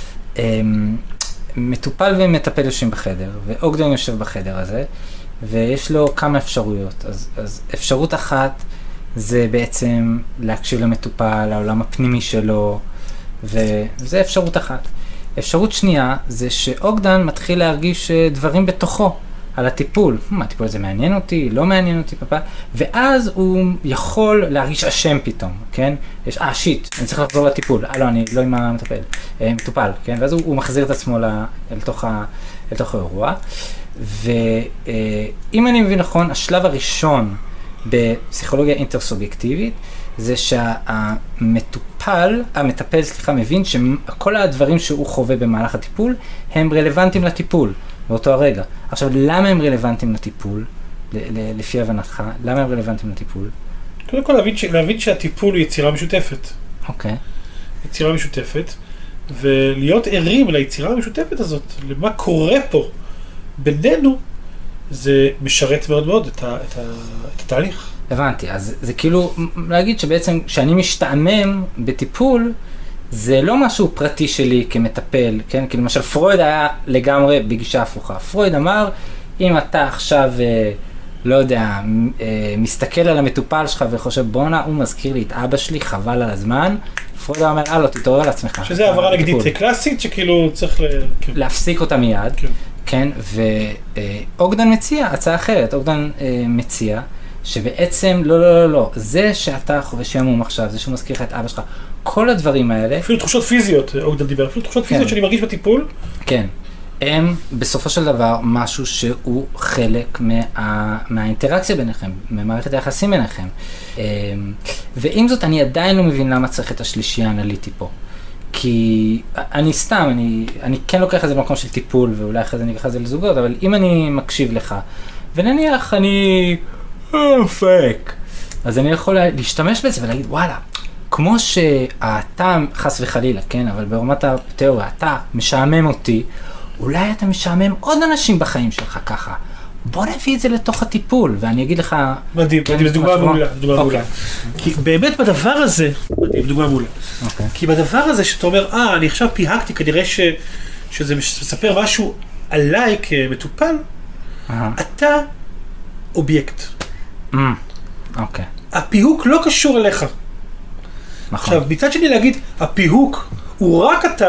מטופל ומטפל יושבים בחדר, ואוגדן יושב בחדר הזה, ויש לו כמה אפשרויות. אז אפשרות אחת זה בעצם להקשיב למטופל, לעולם הפנימי שלו, וזה אפשרות אחת. אפשרות שנייה זה שאוגדן מתחיל להרגיש דברים בתוכו, על הטיפול. הטיפול הזה מעניין אותי, לא מעניין אותי, פאפה. ואז הוא יכול להרגיש אשם פתאום, כן? שיט, אני צריך לחזור לטיפול. לא, אני לא עם המטפל, מטופל, כן? ואז הוא מחזיר את עצמו אל תוך האירוע. ואם אני מבין נכון, השלב הראשון בפסיכולוגיה אינטרסובייקטיבית, זה המטפל, מבין שכל הדברים שהוא חווה במהלך הטיפול, הם רלוונטיים לטיפול, באותו הרגע. עכשיו, למה הם רלוונטיים לטיפול, לפי הבנתך? למה הם רלוונטיים לטיפול? קודם כל, להבין שהטיפול הוא יצירה משותפת. אוקיי. יצירה משותפת, ולהיות ערים ליצירה המשותפת הזאת, למה קורה פה בינינו, זה משרת מאוד מאוד את התהליך. הבנתי, אז זה כאילו להגיד שבעצם כשאני משתעמם בטיפול, זה לא משהו פרטי שלי כמטפל, כן? כי למשל פרויד היה לגמרי בגישה הפוכה. פרויד אמר, אם אתה עכשיו, לא יודע, מסתכל על המטופל שלך וחושב, בונה, הוא מזכיר לי את אבא שלי, חבל על הזמן, פרויד אומר, לא, תתעורר על עצמך. שזה העברה נגדית קלאסית, שכאילו צריך להפסיק אותה מיד, כן? ואוגדן מציע הצעה אחרת, אוגדן מציע, שבעצם, לא, זה שאתה חווה שעמום עכשיו, זה שהוא מזכיר לך את אבא שלך, כל הדברים האלה... אפילו תחושות פיזיות, אוגדן דיבר, אפילו תחושות פיזיות שאני מרגיש בטיפול. כן, הם בסופו של דבר משהו שהוא חלק מהאינטראקציה ביניכם, ממערכת היחסים ביניכם. ועם זאת, אני עדיין לא מבין למה צריך את השלישי האנליטי פה. כי אני כן לוקח את זה במקום של טיפול, ואולי אחרי זה אני אקח את זה לזוגות, אבל אם אני מקשיב לך, ונניח אני... פייק. אז אני יכול להשתמש בזה ולהגיד, וואלה, כמו שאתה חס וחלילה, כן, אבל ברמת התיאוריה, אתה משעמם אותי, אולי אתה משעמם עוד אנשים בחיים שלך ככה. בוא נביא את זה לתוך הטיפול, ואני אגיד לך... מדהים, זה דוגמה מעולה. כי באמת בדבר הזה, מדהים, דוגמה מעולה. כי בדבר הזה שאתה אומר, אני עכשיו פיהקתי, כנראה שזה מספר משהו עליי כמטופל, אתה אובייקט. אוקיי. הפיהוק לא קשור אליך. נכון. עכשיו, מצד שני להגיד, הפיהוק הוא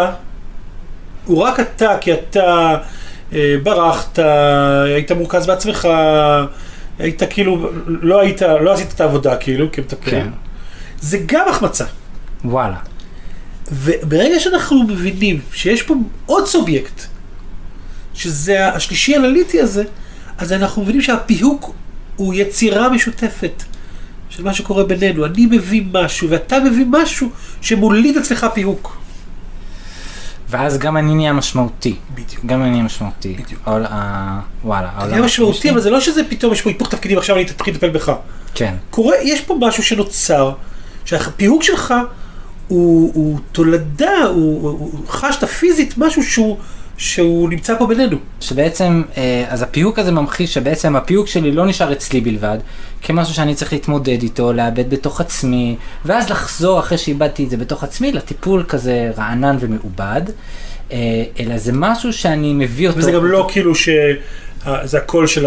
רק אתה, כי אתה ברחת, היית מורכז בעצמך, היית כאילו, לא עשית את העבודה כאילו, כמטפל. כן. זה גם החמצה. וואלה. וברגע שאנחנו מבינים שיש פה עוד סובייקט, שזה השלישי האנליטי הזה, אז אנחנו מבינים שהפיהוק הוא יצירה משותפת של מה שקורה בינינו. אני מביא משהו, ואתה מביא משהו שמוליד אצלך פיהוק. ואז גם אני נהיה משמעותי. בדיוק. גם אני נהיה משמעותי. בדיוק. וואלה. אני נהיה משמעותי, אבל זה לא שזה פתאום יש פה היפוך תפקידים, עכשיו אני תתחיל לטפל בך. כן. יש פה משהו שנוצר, שהפיהוק שלך הוא תולדה, הוא חשת פיזית, משהו שהוא נמצא פה בינינו. שבעצם, אז הפיהוק הזה ממחיש שבעצם הפיהוק שלי לא נשאר אצלי בלבד, כמשהו שאני צריך להתמודד איתו, לאבד בתוך עצמי, ואז לחזור אחרי שאיבדתי את זה בתוך עצמי, לטיפול כזה רענן ומעובד, אלא זה משהו שאני מביא אותו. וזה גם לא כאילו שזה הקול של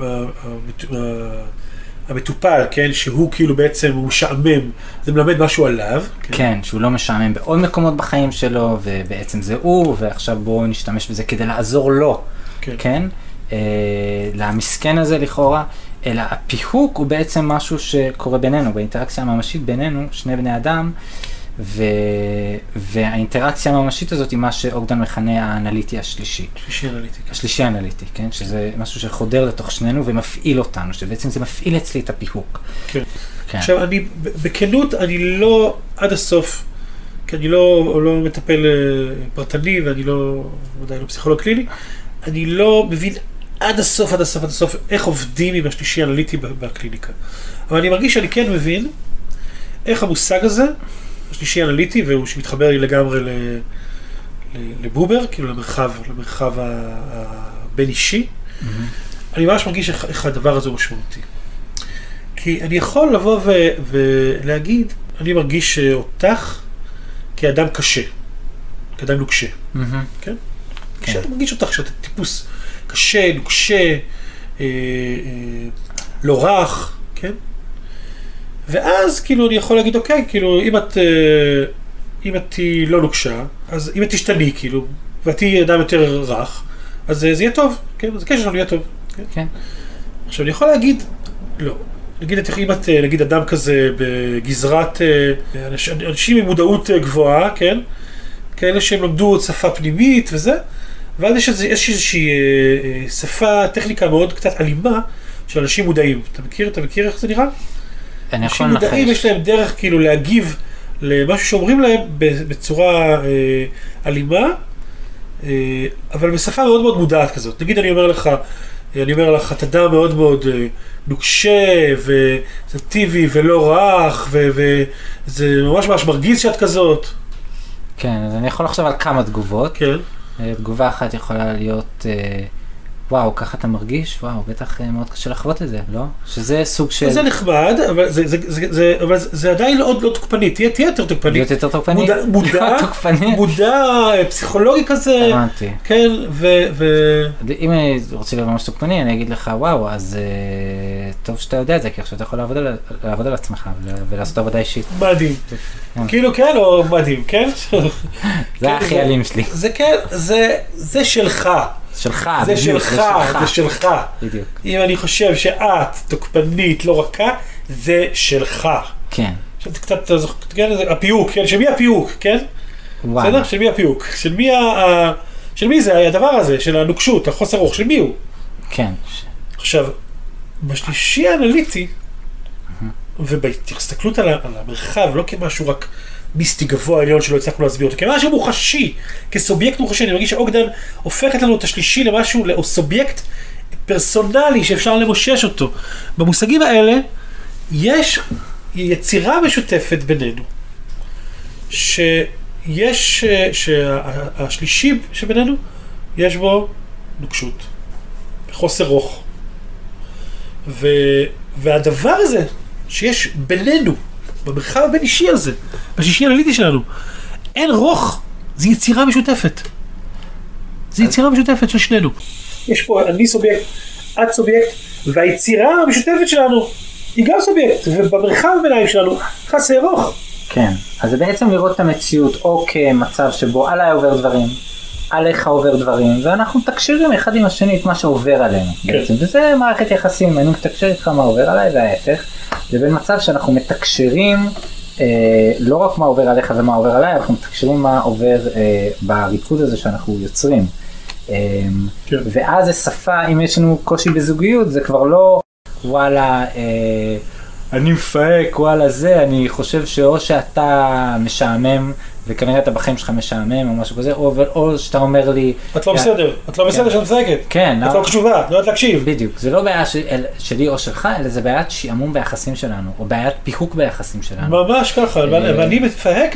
המטופל, כן? שהוא כאילו בעצם הוא משעמם, זה מלמד משהו עליו. כן, שהוא לא משעמם בעוד מקומות בחיים שלו, ובעצם זה הוא, ועכשיו בואו נשתמש בזה כדי לעזור לו, כן? למסכן הזה לכאורה, אלא הפיהוק הוא בעצם משהו שקורה בינינו, באינטראקציה הממשית בינינו, שני בני אדם, והאינטראקציה הממשית הזאת היא מה שאוגדן מכנה האנליטי השלישי. השלישי האנליטי, כן? שזה משהו שחודר לתוך שנינו ומפעיל אותנו, שבעצם זה מפעיל אצלי את הפיהוק. כן. עכשיו, בכנות, אני לא עד הסוף, כי אני לא מטפל פרטני, ואני ודאי לא פסיכולוג קליני, אני לא מבין עד הסוף, איך עובדים עם השלישי האנליטי בקליניקה. אבל אני מרגיש שאני כן מבין איך המושג הזה, השלישי האנליטי, והוא שמתחבר לי לגמרי לבובר, כאילו למרחב הבין אישי, אני ממש מרגיש איך הדבר הזה הוא משמעותי. כי אני יכול לבוא ולהגיד, אני מרגיש אותך כאדם קשה, כאדם נוקשה, כן? כשאתה מרגיש אותך שאתה טיפוס קשה, נוקשה, לא רך, כן? ואז כאילו אני יכול להגיד, אוקיי, כאילו אם את לא נוקשה, אז אם את תשתני כאילו, ואת תהיה אדם יותר רך, אז זה יהיה טוב, כן? אז הקשר שלנו יהיה טוב, כן? עכשיו אני יכול להגיד, לא. נגיד, אם את, נגיד, אדם כזה בגזרת אנשים עם מודעות גבוהה, כן? כאלה שהם למדו שפה פנימית וזה, ואז יש איזושהי שפה, טכניקה מאוד קצת אלימה של אנשים מודעים. אתה מכיר איך זה נראה? אנשים מודעים, יש להם דרך כאילו להגיב למשהו שאומרים להם בצורה אלימה, אבל בשפה מאוד מאוד מודעת כזאת. נגיד, אני אומר לך, אתה אדם מאוד מאוד נוקשה, וזה טבעי ולא רך, וזה ממש מרגיז שאת כזאת. כן, אז אני יכול לחשוב על כמה תגובות. כן. תגובה אחת יכולה להיות, וואו, ככה אתה מרגיש? וואו, בטח מאוד קשה לחוות את זה, לא? שזה סוג של... זה נחמד, אבל זה עדיין לא תוקפני, תהיה יותר תוקפני. להיות יותר תוקפני? מודע, פסיכולוגי כזה. הבנתי. כן, אם אני רוצה להיות ממש תוקפני, אני אגיד לך, וואו, אז טוב שאתה יודע את זה, כי עכשיו אתה יכול לעבוד על עצמך ולעשות עבודה אישית. מדהים. כאילו כן, או מדהים, כן? זה הכי אלים שלי. זה כן, זה שלך. זה שלך. בדיוק. אם אני חושב שאת תוקפנית, לא רכה, זה שלך. כן. עכשיו זה קצת, הפיוק, כן? של מי הפיוק, כן? בסדר? של מי הפיוק? של מי זה הדבר הזה, של הנוקשות, החוסר רוח, של מי הוא? כן. עכשיו, בשלישי האנליטי, ובהסתכלות על המרחב, לא כמשהו רק מיסטי גבוה עליון שלא הצלחנו להסביר אותו, כמשהו מוחשי, כסובייקט מוחשי. אני מרגיש שאוגדן הופכת לנו את השלישי למשהו, או סובייקט פרסונלי שאפשר למושש אותו. במושגים האלה יש יצירה משותפת בינינו, שהשלישי שבינינו יש בו נוקשות, חוסר רוך. והדבר הזה שיש בינינו, במרחב הבין אישי הזה, בשלישי האנליטי שלנו, אין רוך, זה יצירה משותפת. זה יצירה משותפת של שנינו. יש פה אני סובייקט, את סובייקט, והיצירה המשותפת שלנו היא גם סובייקט, ובמרחב הביניים שלנו חסר רוך. כן, אז זה בעצם לראות את המציאות או כמצב שבו עליי עובר דברים, עליך עובר דברים, ואנחנו מתקשרים אחד עם השני את מה שעובר עלינו. בעצם. וזה מערכת יחסים, אני מתקשר איתך מה עובר עליי וההפך, לבין מצב שאנחנו מתקשרים לא רק מה עובר עליך ומה עובר עליי, אנחנו מתקשרים מה עובר בריקוד הזה שאנחנו יוצרים. ואז זה שפה, אם יש לנו קושי בזוגיות, זה כבר לא וואלה, אני מפהק, וואלה זה, אני חושב שאו שאתה משעמם, וכנראה אתה בחיים שלך משעמם או משהו כזה, או שאתה אומר לי... את לא בסדר, את לא בסדר שאת מפהקת. כן. את לא קשובה, את לא יודעת להקשיב. בדיוק, זה לא בעיה שלי או שלך, אלא זה בעיית שעמום ביחסים שלנו, או בעיית פיהוק ביחסים שלנו. ממש ככה, ואני מפהק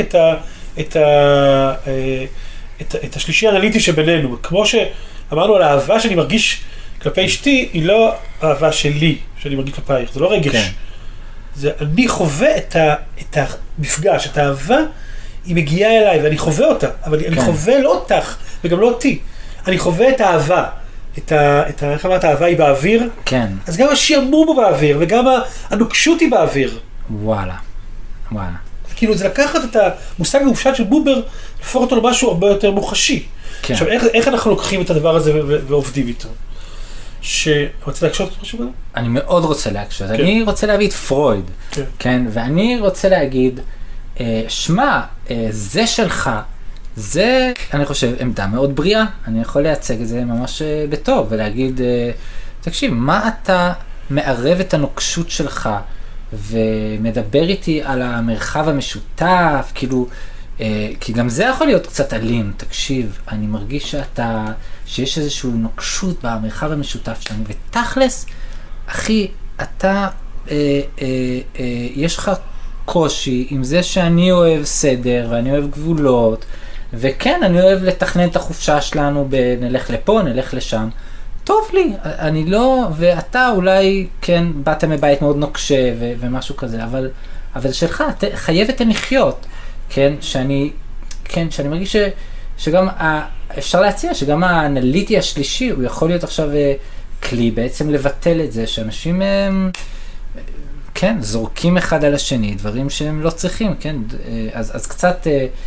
את השלישי האנליטי שבינינו. כמו שאמרנו על האהבה שאני מרגיש כלפי אשתי, היא לא אהבה שלי, שאני מרגיש כלפייך, זה לא רגש. זה אני חווה את המפגש, את האהבה, היא מגיעה אליי ואני חווה אותה, אבל אני חווה לא אותך וגם לא אותי. אני חווה את האהבה, איך אמרת, האהבה היא באוויר? כן. אז גם השעמום הוא באוויר, וגם הנוקשות היא באוויר. וואלה. כאילו זה לקחת את המושג המופשט של בובר, לפור אותו למשהו הרבה יותר מוחשי. כן. עכשיו, איך אנחנו לוקחים את הדבר הזה ועובדים איתו? רוצה להקשות משהו בזה? אני מאוד רוצה להקשות. אני רוצה להביא את פרויד. כן. ואני רוצה להגיד שמע, זה שלך, זה, אני חושב, עמדה מאוד בריאה. אני יכול לייצג את זה ממש בטוב, ולהגיד, תקשיב, מה אתה מערב את הנוקשות שלך, ומדבר איתי על המרחב המשותף, כאילו, כי גם זה יכול להיות קצת אלים. תקשיב, אני מרגיש שיש איזושהי נוקשות במרחב המשותף שלנו, ותכלס, אחי, אתה, יש לך קושי עם זה שאני אוהב סדר, ואני אוהב גבולות, וכן, אני אוהב לתכנן את החופשה שלנו, נלך לפה, נלך לשם. טוב לי, אני לא, ואתה אולי, כן, באת מבית מאוד נוקשה ומשהו כזה, אבל שלך, חייבת לחיות, כן, שאני מרגיש שגם, אפשר להציע שגם האנליטי השלישי, הוא יכול להיות עכשיו כלי, בעצם לבטל את זה, שאנשים, כן, זורקים אחד על השני, דברים שהם לא צריכים, כן, אז קצת,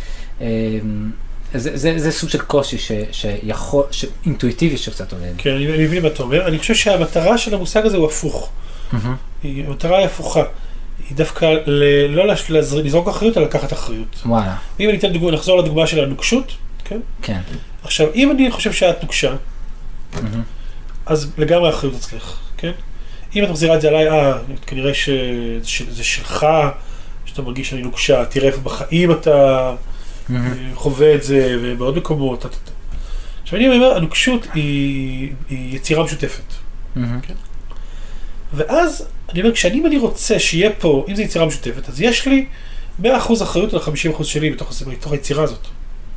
זה סוג של קושי אינטואיטיבי שקצת עולה. כן, אני מבין מה אתה אומר. אני חושב שהמטרה של המושג הזה הוא הפוך. המטרה היא הפוכה. היא דווקא לא לזרוק אחריות, אלא לקחת אחריות. וואלה. אם אני נחזור לדוגמה של הנוקשות, כן? כן. עכשיו, אם אני חושב שאת נוקשה, אז לגמרי האחריות אצלך, כן? אם את מחזירה את זה עליי, כנראה שזה שלך, שאתה מרגיש שאני נוקשה, תראה איפה בחיים אתה חווה את זה, ובעוד מקומות. עכשיו, אני אומר, הנוקשות היא יצירה משותפת. ואז, אני אומר, כשאני רוצה שיהיה פה, אם זה יצירה משותפת, אז יש לי 100% אחריות על 50% שלי בתוך היצירה הזאת.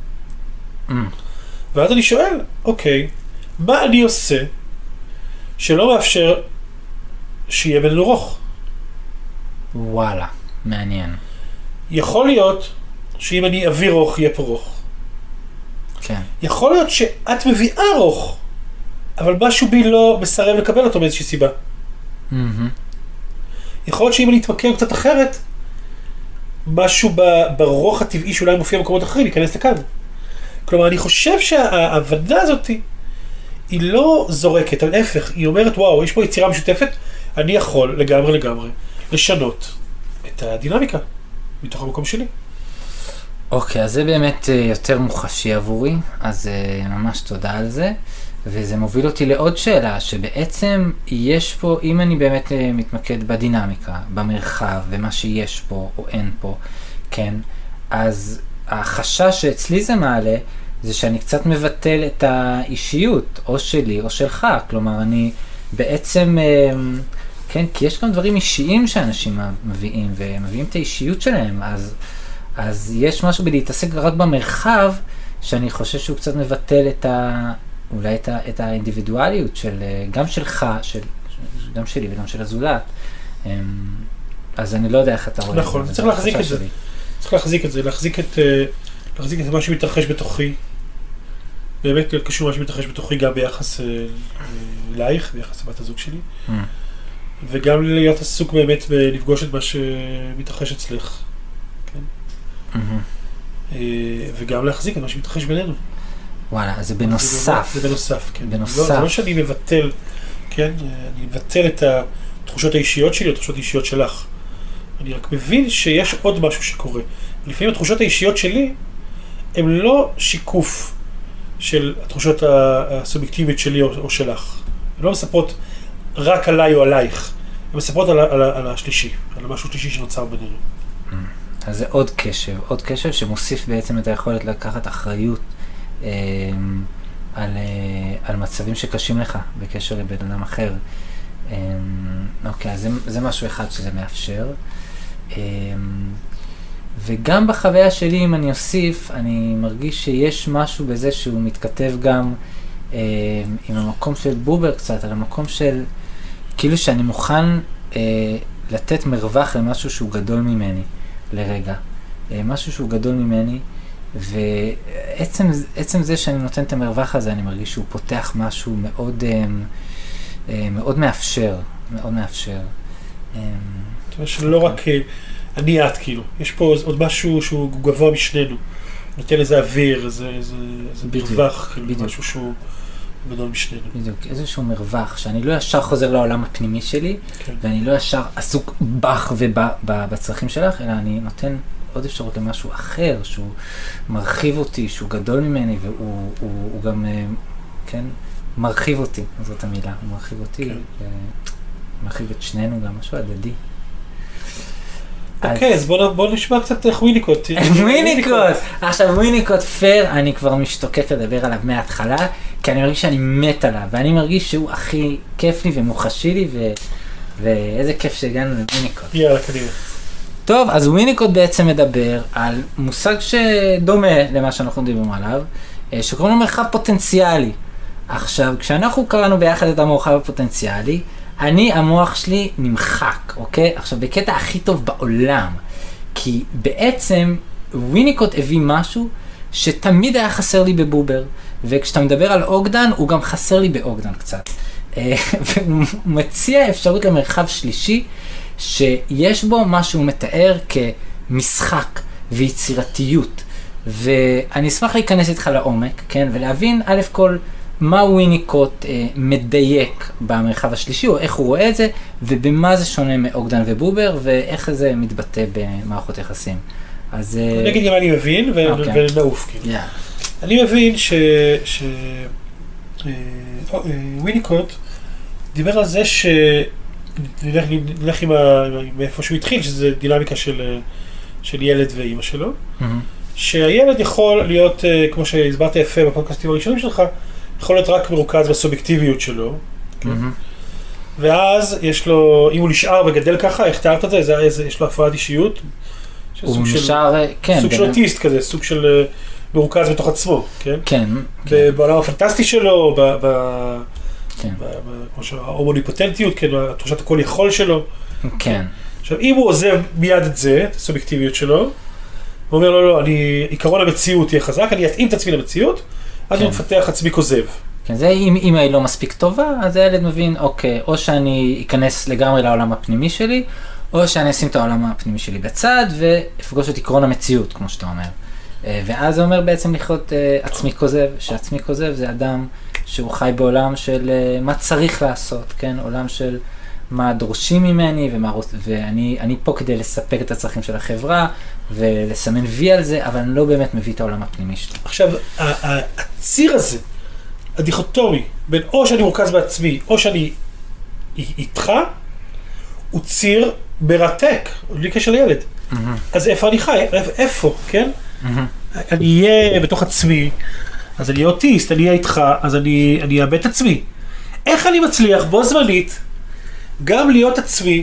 ואז אני שואל, אוקיי, מה אני עושה שלא מאפשר שיהיה בינינו רוך? וואלה, מעניין. יכול להיות שאם אני אביא רוך, יהיה פה רוך. כן. יכול להיות שאת מביאה רוך, אבל משהו בי לא מסרב לקבל אותו באיזושהי סיבה. יכול להיות שאם אני אתמקם קצת אחרת, משהו ברוך הטבעי שאולי מופיע במקומות אחרים, ייכנס לכאן. כלומר, אני חושב שההבנה הזאת היא לא זורקת, אבל להפך, היא אומרת, וואו, יש פה יצירה משותפת, אני יכול לגמרי לשנות את הדינמיקה מתוך המקום שלי. אוקיי, אז זה באמת יותר מוחשי עבורי, אז ממש תודה על זה. וזה מוביל אותי לעוד שאלה, שבעצם יש פה, אם אני באמת מתמקד בדינמיקה, במרחב, ומה שיש פה או אין פה, כן, אז החשש שאצלי זה מעלה, זה שאני קצת מבטל את האישיות, או שלי או שלך, כלומר אני בעצם, כן, כי יש גם דברים אישיים שאנשים מביאים, ומביאים את האישיות שלהם, אז יש משהו בלהתעסק רק במרחב, שאני חושב שהוא קצת מבטל אולי את האינדיבידואליות גם שלך, גם שלי וגם של הזולת. אז אני לא יודע איך אתה רואה. נכון, צריך להחזיק את זה. צריך להחזיק את זה, להחזיק את מה שמתרחש בתוכי. באמת להיות קשור מה שמתרחש בתוכי גם ביחס אלייך, ביחס לבת הזוג שלי. וגם להיות עסוק באמת בלפגוש את מה שמתרחש אצלך. וגם להחזיק את מה שמתרחש בינינו. וואלה, אז זה בנוסף. זה בנוסף, כן. זה לא שאני מבטל, כן? אני מבטל את התחושות האישיות שלי או התחושות האישיות שלך. אני רק מבין שיש עוד משהו שקורה. לפעמים התחושות האישיות שלי הן לא שיקוף של התחושות הסובייקטיבית שלי או שלך. הן לא מספרות רק עליי או עלייך. הן מספרות על השלישי, על המשהו שלישי שנוצר בינינו. אז זה עוד קשב שמוסיף בעצם את היכולת לקחת אחריות על מצבים שקשים לך בקשר לבן אדם אחר. אוקיי, אז זה משהו אחד שזה מאפשר. וגם בחוויה שלי, אם אני אוסיף, אני מרגיש שיש משהו בזה שהוא מתכתב גם עם המקום של בובר קצת, על המקום של כאילו שאני מוכן לתת מרווח למשהו שהוא גדול ממני לרגע. משהו שהוא גדול ממני, ועצם זה שאני נותן את המרווח הזה, אני מרגיש שהוא פותח משהו מאוד, מאוד מאפשר, מאוד מאפשר. זאת אומרת שלא רק אני את, כאילו, יש פה עוד משהו שהוא גבוה משנינו, נותן איזה אוויר, איזה מרווח, כאילו, משהו שהוא גדול משנינו. בדיוק, איזשהו מרווח, שאני לא ישר חוזר לעולם הפנימי שלי, ואני לא ישר עסוק בך ובצרכים שלך, אלא אני נותן עוד אפשרות למשהו אחר, שהוא מרחיב אותי, שהוא גדול ממני, והוא גם, כן, מרחיב אותי, זאת המילה, הוא מרחיב אותי, כן. מרחיב את שנינו גם, משהו הדדי. אוקיי, אז בוא נשמע קצת איך וויניקוט. וויניקוט! עכשיו וויניקוט פייר, אני כבר משתוקק לדבר עליו מההתחלה, כי אני מרגיש שאני מת עליו, ואני מרגיש שהוא הכי כיף לי ומוחשי לי, ואיזה כיף שהגענו לוויניקוט. יאללה, קדימה. טוב, אז וויניקוט בעצם מדבר על מושג שדומה למה שאנחנו מדברים עליו, שקוראים לו מרחב פוטנציאלי. עכשיו, כשאנחנו קראנו ביחד את המרחב הפוטנציאלי, המוח שלי נמחק, אוקיי? עכשיו, בקטע הכי טוב בעולם, כי בעצם וויניקוט הביא משהו שתמיד היה חסר לי בבובר, וכשאתה מדבר על אוגדן, הוא גם חסר לי באוגדן קצת. והוא מציע אפשרות למרחב שלישי, שיש בו מה שהוא מתאר כמשחק ויצירתיות, ואני אשמח להיכנס איתך לעומק, כן? ולהבין א' כל מה וויניקוט מדייק במרחב השלישי, או איך הוא רואה את זה, ובמה זה שונה מאוגדן ובובר, ואיך זה מתבטא במערכות יחסים. אז אני אגיד גם אני מבין, ונעוף כאילו. אני מבין וויניקוט דיבר על זה נלך עם איפה שהוא התחיל, שזה דינמיקה של ילד ואימא שלו, שהילד יכול להיות, כמו שהסברת יפה בפודקאסטים הראשונים שלך, יכול להיות רק מרוכז בסובייקטיביות שלו, ואז יש לו, אם הוא נשאר וגדל ככה, איך תיארת את זה? יש לו הפרעת אישיות? הוא נשאר, כן. סוג של אוטיסט כזה, סוג של מרוכז בתוך עצמו, כן? כן. בעולם הפנטסטי שלו, כמו שההומוניפוטנטיות, כן, תחושת הכל יכול שלו. כן. עכשיו, אם הוא עוזב מיד את זה, את הסובייקטיביות שלו, הוא אומר לו, לא, עיקרון המציאות יהיה חזק, אני אתאים את עצמי למציאות, אז הוא מפתח עצמי כוזב. כן, זה אם היא לא מספיק טובה, אז הילד מבין, אוקיי, או שאני אכנס לגמרי לעולם הפנימי שלי, או שאני אשים את העולם הפנימי שלי בצד, ואפגוש את עקרון המציאות, כמו שאתה אומר. ואז זה אומר בעצם לחיות עצמי כוזב, שעצמי כוזב זה אדם שהוא חי בעולם של מה צריך לעשות, כן? עולם של מה דורשים ממני, ואני פה כדי לספק את הצרכים של החברה, ולסמן וי על זה, אבל אני לא באמת מביא את העולם הפנימי שלי. עכשיו, הציר הזה, הדיכוטומי, בין או שאני מורכז בעצמי, או שאני איתך, הוא ציר מרתק, בלי קשר לילד. אז איפה אני חי? איפה, כן? אני אהיה בתוך עצמי, אז אני אהיה אוטיסט, אני אהיה איתך, אז אני אאבד את עצמי. איך אני מצליח בו זמנית גם להיות עצמי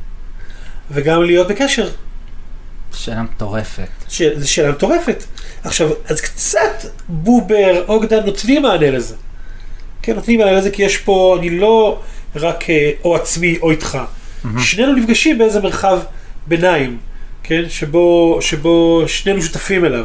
וגם להיות בקשר? שאלה מטורפת. זו שאלה מטורפת. עכשיו, אז קצת בובר, אוגדן, נותנים מענה לזה. כן, נותנים מענה לזה כי יש פה, אני לא רק או עצמי או איתך. שנינו נפגשים באיזה מרחב ביניים, כן, שבו שנינו שותפים אליו.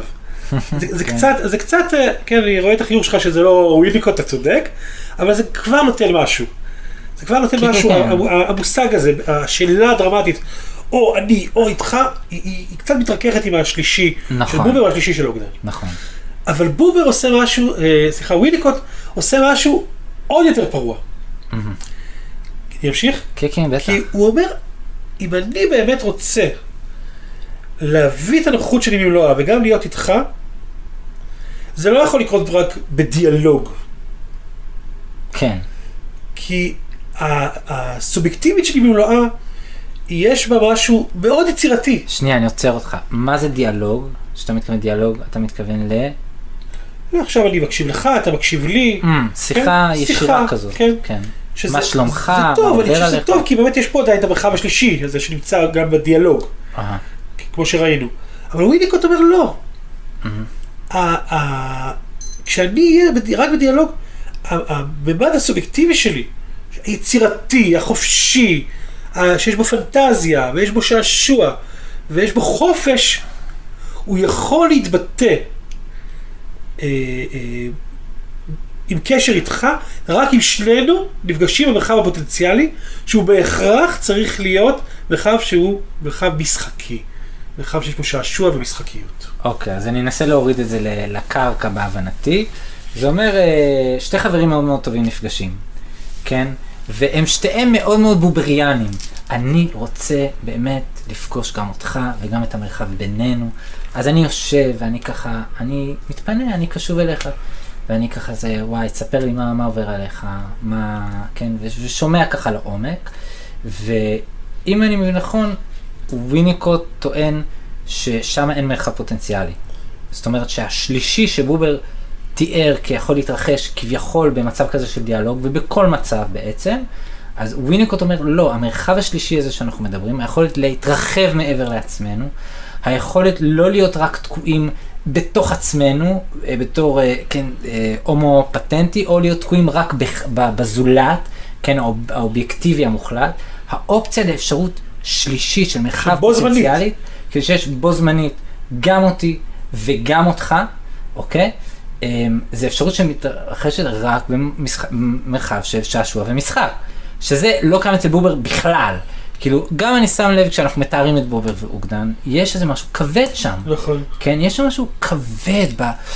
זה קצת, כן, אני רואה את החיוך שלך שזה לא וויניקוט, אתה צודק, אבל זה כבר נותן משהו. זה כבר נותן משהו, המושג הזה, השאלה הדרמטית, או אני, או איתך, היא קצת מתרככת עם השלישי, של בובר או השלישי של אוגדן. נכון. אבל בובר עושה משהו, וויניקוט עושה משהו עוד יותר פרוע. ימשיך? כן, בטח. כי הוא אומר, אם אני באמת רוצה להביא את הנוכחות שלי ממלואה וגם להיות איתך, זה לא יכול לקרות רק בדיאלוג. כן. כי הסובייקטיבית שלי ממלואה, יש בה משהו מאוד יצירתי. שנייה, אני עוצר אותך. מה זה דיאלוג? כשאתה מתכוון דיאלוג, אתה מתכוון עכשיו אני מקשיב לך, אתה מקשיב לי. שיחה ישירה כזאת. כן. מה שלומך? זה טוב, אני חושב שזה טוב, כי באמת יש פה עדיין את המרחב השלישי, הזה שנמצא גם בדיאלוג. כמו שראינו. אבל וויניקוט אומר לא. כשאני אהיה רק בדיאלוג, הממד הסובייקטיבי שלי, היצירתי, החופשי, שיש בו פנטזיה, ויש בו שעשוע, ויש בו חופש, הוא יכול להתבטא עם קשר איתך, רק אם שנינו נפגשים במרחב הפוטנציאלי, שהוא בהכרח צריך להיות מרחב שהוא מרחב משחקי. מרחב שיש פה שעשוע ומשחקיות. אוקיי, אז אני אנסה להוריד את זה לקרקע בהבנתי. זה אומר, שתי חברים מאוד מאוד טובים נפגשים, כן? והם שתיהם מאוד מאוד בובריאנים. אני רוצה באמת לפגוש גם אותך וגם את המרחב בינינו. אז אני יושב ואני ככה, אני מתפנה, אני קשוב אליך. ואני ככה זה, וואי, תספר לי מה עובר עליך, מה, כן, ושומע ככה לעומק. ואם אני מבין נכון, וויניקוט טוען ששם אין מרחב פוטנציאלי. זאת אומרת שהשלישי שבובר תיאר כיכול להתרחש כביכול במצב כזה של דיאלוג, ובכל מצב בעצם, אז וויניקוט אומר, לא, המרחב השלישי הזה שאנחנו מדברים, היכולת להתרחב מעבר לעצמנו, היכולת לא להיות רק תקועים בתוך עצמנו, בתור, כן, הומו פטנטי, או להיות תקועים רק בזולת, כן, האובייקטיבי המוחלט, האופציה לאפשרות שלישית של מרחב פוטנציאלית, כדי שיש בו זמנית גם אותי וגם אותך, אוקיי? זה אפשרות שמתרחשת רק במרחב של שעשוע ומשחק, שזה לא קיים אצל בובר בכלל. כאילו, גם אני שם לב כשאנחנו מתארים את בובר ואוגדן, יש איזה משהו כבד שם. נכון. כן, יש שם משהו כבד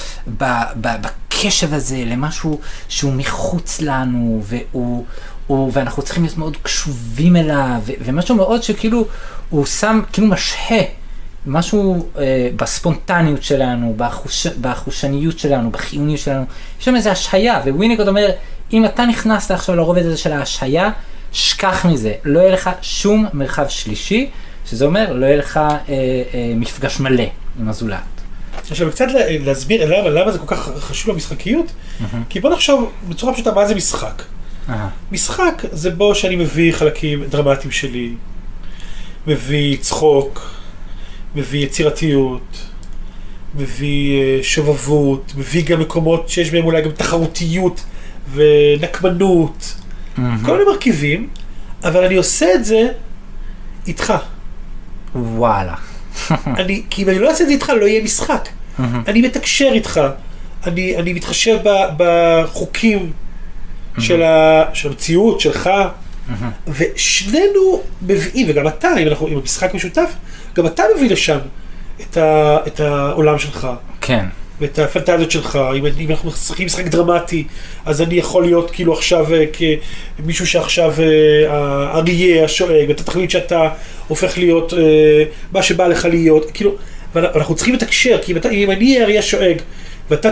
בקשב הזה למשהו שהוא מחוץ לנו, ואנחנו צריכים להיות מאוד קשובים אליו, ומשהו מאוד שכאילו, הוא שם, כאילו משהה, משהו בספונטניות שלנו, בחושניות שלנו, בחיוניות שלנו, יש שם איזו השהיה, וויניקוט אומר, אם אתה נכנסת עכשיו לרובד הזה של ההשהיה, שכח מזה, לא יהיה לך שום מרחב שלישי, שזה אומר, לא יהיה לך מפגש מלא עם הזולת. עכשיו, קצת להסביר למה זה כל כך חשוב במשחקיות, כי בוא נחשוב בצורה פשוטה מה זה משחק. משחק זה בו שאני מביא חלקים דרמטיים שלי, מביא צחוק, מביא יצירתיות, מביא שובבות, מביא גם מקומות שיש בהם אולי גם תחרותיות ונקמנות, כל מיני מרכיבים, אבל אני עושה את זה איתך. וואלה. כי אם אני לא אעשה את זה איתך, לא יהיה משחק. אני מתקשר איתך, אני מתחשב בחוקים של המציאות, שלך, ושנינו מביאים, וגם אתה, אם המשחק משותף, גם אתה מביא לשם את העולם שלך. כן. ואת הפנטזיות שלך. אם אנחנו משחקים דרמטי, אז אני יכול להיות כאילו עכשיו כמישהו שעכשיו אריה השואג, ואתה תחליט שאתה הופך להיות מה שבא לך להיות. כאילו, ואנחנו צריכים לתקשר, כי אם אני אהיה אריה השואג, ואתה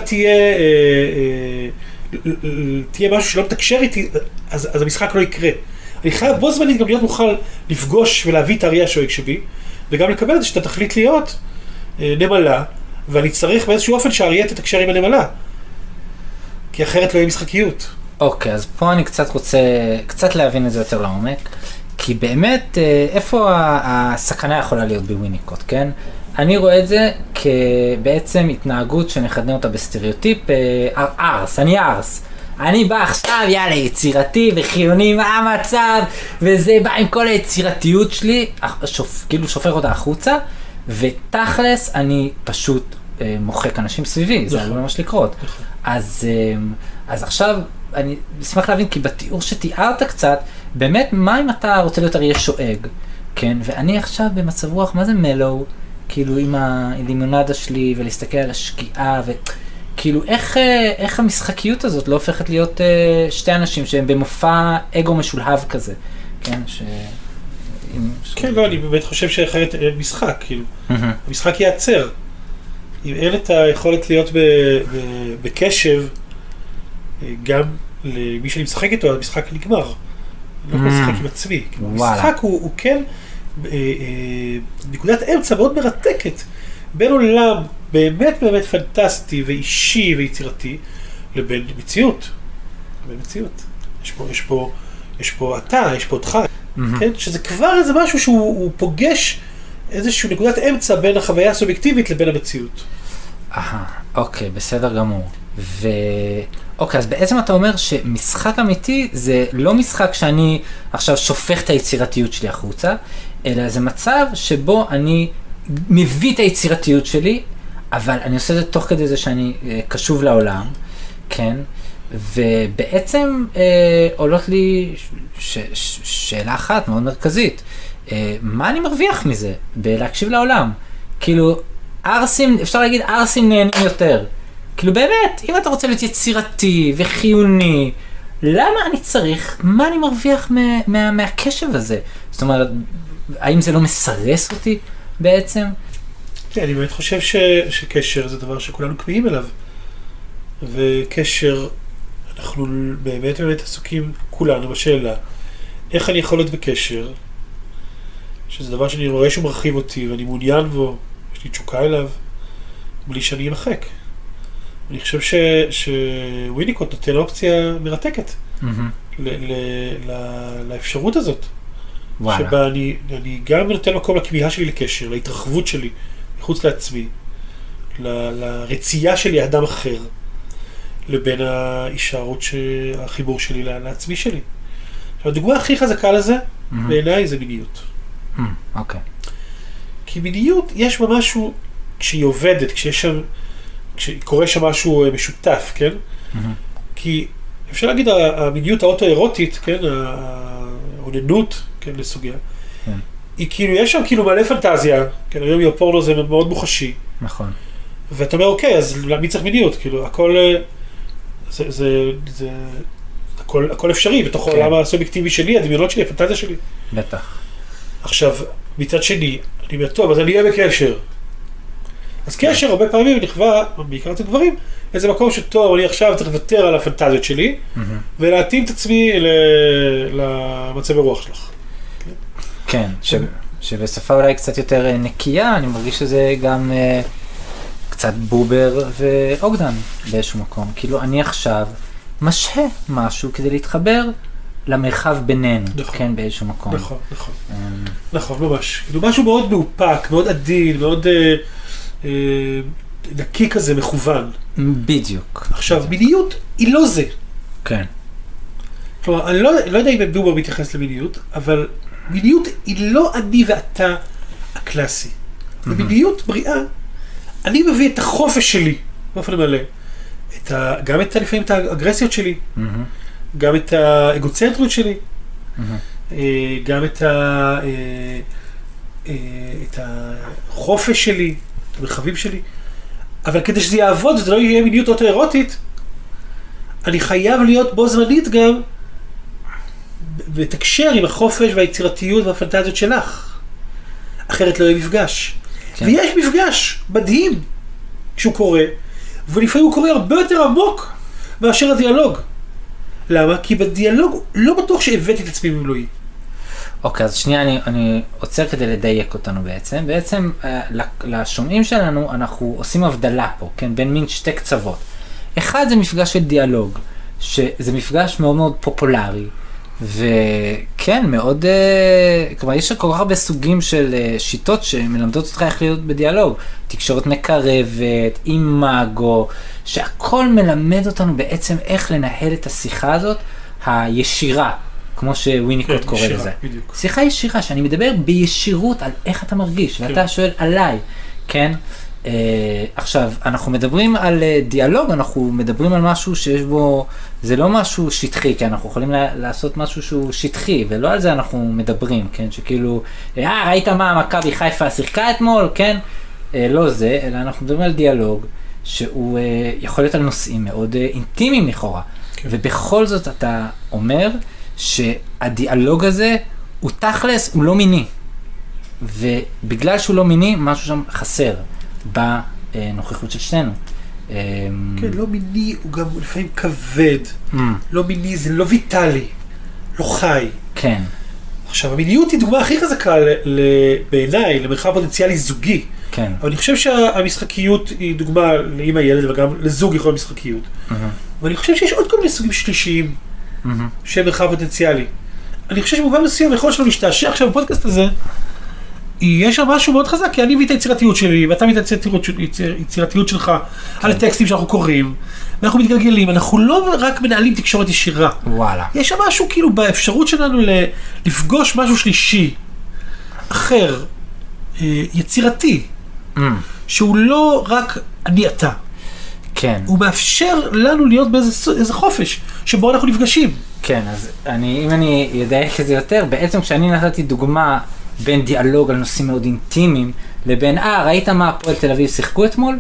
תהיה משהו שלא מתקשר איתי, אז המשחק לא יקרה. אני חייב בו זמנית גם להיות מוכן לפגוש ולהביא את האריה השואג שבי, וגם לקבל את זה שאתה תחליט להיות נמלה, ואני צריך באיזשהו אופן שהאריה תתקשר עם הנמלה, כי אחרת לא יהיה משחקיות. אוקיי, אז פה אני קצת רוצה להבין את זה יותר לעומק, כי באמת איפה הסכנה יכולה להיות בוויניקוט, כן? אני רואה את זה כבעצם התנהגות שנכדנה אותה בסטריאוטיפ, ארס, אני ארס. אני בא עכשיו, יאללה, יצירתי וחיוני, מה המצב, וזה בא עם כל היצירתיות שלי, כאילו שופך אותה החוצה, ותכלס אני פשוט מוחק אנשים סביבי, זה עלול ממש לקרות. אז עכשיו אני אשמח להבין, כי בתיאור שתיארת קצת, באמת מה אם אתה רוצה להיות אריה שואג, כן? ואני עכשיו במצב רוח, מה זה מלו? כאילו עם הלימונדה שלי ולהסתכל על השקיעה, וכאילו איך המשחקיות הזאת לא הופכת להיות שתי אנשים שהם במופע אגו משולהב כזה, כן? כן, לא, אני באמת חושב שאחרת משחק, כאילו, המשחק ייעצר. אם אין את היכולת להיות בקשב, גם למי שאני משחק איתו, המשחק נגמר. אני לא יכול לשחק עם עצמי. המשחק הוא כן נקודת אמצע מאוד מרתקת, בין עולם באמת באמת פנטסטי ואישי ויצירתי, לבין מציאות. לבין מציאות. יש פה אתה, יש פה אותך. כן? שזה כבר איזה משהו שהוא פוגש איזושהי נקודת אמצע בין החוויה הסובייקטיבית לבין המציאות. אוקיי, בסדר גמור. אוקיי, אז בעצם אתה אומר שמשחק אמיתי זה לא משחק שאני עכשיו שופך את היצירתיות שלי החוצה, אלא זה מצב שבו אני מביא את היצירתיות שלי, אבל אני עושה את זה תוך כדי זה שאני קשוב לעולם, כן? ובעצם עולות לי שאלה אחת מאוד מרכזית, מה אני מרוויח מזה בלהקשיב לעולם? כאילו, ארסים, אפשר להגיד ארסים נהנים יותר. כאילו באמת, אם אתה רוצה להיות יצירתי וחיוני, למה אני צריך, מה אני מרוויח מהקשב הזה? זאת אומרת, האם זה לא מסרס אותי בעצם? כן, אני באמת חושב שקשר זה דבר שכולנו קמאים אליו. וקשר, אנחנו באמת עסוקים כולנו בשאלה, איך אני יכול להיות בקשר, שזה דבר שאני רואה שהוא מרחיב אותי ואני מעוניין בו, יש לי תשוקה אליו, בלי שאני אמחק. אני חושב שוויניקוט נותן אופציה מרתקת לאפשרות הזאת. שבה אני גם נותן מקום לכמיהה שלי לקשר, להתרחבות שלי מחוץ לעצמי, לרצייה שלי האדם אחר, לבין ההישארות, החיבור שלי לעצמי שלי. עכשיו, הדוגמה הכי חזקה לזה, בעיניי, זה מיניות. אוקיי. כי מיניות, יש בה משהו, כשהיא עובדת, כשקורה שם משהו משותף, כן? כי אפשר להגיד, המיניות האוטו-אירוטית, כן? העוננות, כן, לסוגיה. היא כאילו, יש שם כאילו מלא פנטזיה, כן? היום הפורנו זה מאוד מוחשי. נכון. ואתה אומר, אוקיי, אז מי צריך מיניות? כאילו, הכל אפשרי, בתוך העולם הסובייקטיבי שלי, הדמיונות שלי, הפנטזיה שלי. בטח. עכשיו, מצד שני, אני אומר, טוב, אז אני אהיה בקשר. אז קשר, הרבה פעמים נכווה, בעיקר את הדברים, איזה מקום שטוב, אני עכשיו צריך לוותר על הפנטזיות שלי, ולהתאים את עצמי למצב הרוח שלך. כן, שבשפה אולי קצת יותר נקייה, אני מרגיש שזה גם קצת בובר ואוגדן באיזשהו מקום. כאילו, אני עכשיו משהה משהו כדי להתחבר למרחב בינינו, כן, באיזשהו מקום. נכון, נכון. נכון, ממש. כאילו, משהו מאוד מאופק, מאוד עדין, מאוד נקי כזה, מכוון. בדיוק. עכשיו, מיניות היא לא זה. כן. כלומר, אני לא יודע אם בובר מתייחס למיניות, אבל מיניות היא לא אני ואתה הקלאסי. במיניות בריאה, אני מביא את החופש שלי, באופן מלא. גם לפעמים את האגרסיות שלי, גם את האגוצנטריות שלי, גם את החופש שלי, את המרחבים שלי. אבל כדי שזה יעבוד, וזה לא יהיה מיניות אוטו-אירוטית, אני חייב להיות בו זמנית גם, ותקשר עם החופש והיצירתיות והפנטזיות שלך. אחרת לא יהיה מפגש. כן. ויש מפגש מדהים כשהוא קורה, ולפעמים הוא קורה הרבה יותר עמוק מאשר הדיאלוג. למה? כי בדיאלוג לא בטוח שהבאתי את עצמי ממלואי. אוקיי, אז שנייה אני עוצר כדי לדייק אותנו בעצם. בעצם לשומעים שלנו אנחנו עושים הבדלה פה, כן? בין מין שתי קצוות. אחד זה מפגש של דיאלוג, שזה מפגש מאוד מאוד פופולרי, וכן, מאוד, כלומר, יש כל כך הרבה סוגים של שיטות שמלמדות אותך איך להיות בדיאלוג. תקשורת מקרבת, אימאגו, שהכל מלמד אותנו בעצם איך לנהל את השיחה הזאת, הישירה, כמו שוויניקוט קורא לזה. בדיוק. שיחה ישירה, שאני מדבר בישירות על איך אתה מרגיש, ואתה שואל עליי, כן? עכשיו, אנחנו מדברים על דיאלוג, אנחנו מדברים על משהו שיש בו, זה לא משהו שטחי, כי אנחנו יכולים לעשות משהו שהוא שטחי, ולא על זה אנחנו מדברים, כן? שכאילו, ראית מה מכבי חיפה שיחקה אתמול, כן? לא זה, אלא אנחנו מדברים על דיאלוג, שהוא יכול להיות על נושאים מאוד אינטימיים לכאורה, כן. ובכל זאת אתה אומר שהדיאלוג הזה הוא תכלס, הוא לא מיני, ובגלל שהוא לא מיני, משהו שם חסר. בנוכחות של שנינו. כן, לא מיני הוא גם לפעמים כבד. לא מיני זה לא ויטלי, לא חי. כן. עכשיו, המיניות היא דוגמה הכי חזקה בעיניי, למרחב פוטנציאלי זוגי. כן. אבל אני חושב שהמשחקיות היא דוגמה לאמא ילד, וגם לזוג יכול משחקיות. ואני חושב שיש עוד כל מיני סוגים שלישיים של מרחב פוטנציאלי. אני חושב שבמובן מסוים יכול שלנו להשתעשע עכשיו בפודקאסט הזה, יש שם משהו מאוד חזק, כי אני מביא את היצירתיות שלי, ואתה מביא את היצירתיות שלך על הטקסטים שאנחנו קוראים, ואנחנו מתגלגלים, אנחנו לא רק מנהלים תקשורת ישירה. וואלה. יש שם משהו כאילו באפשרות שלנו לפגוש משהו שלישי, אחר, יצירתי, שהוא לא רק אני אתה. כן. הוא מאפשר לנו להיות באיזה חופש, שבו אנחנו נפגשים. כן, אז אם אני אדייק את זה יותר, בעצם כשאני נתתי דוגמה, בין דיאלוג על נושאים מאוד אינטימיים, לבין, ראית מה הפועל תל אביב שיחקו אתמול?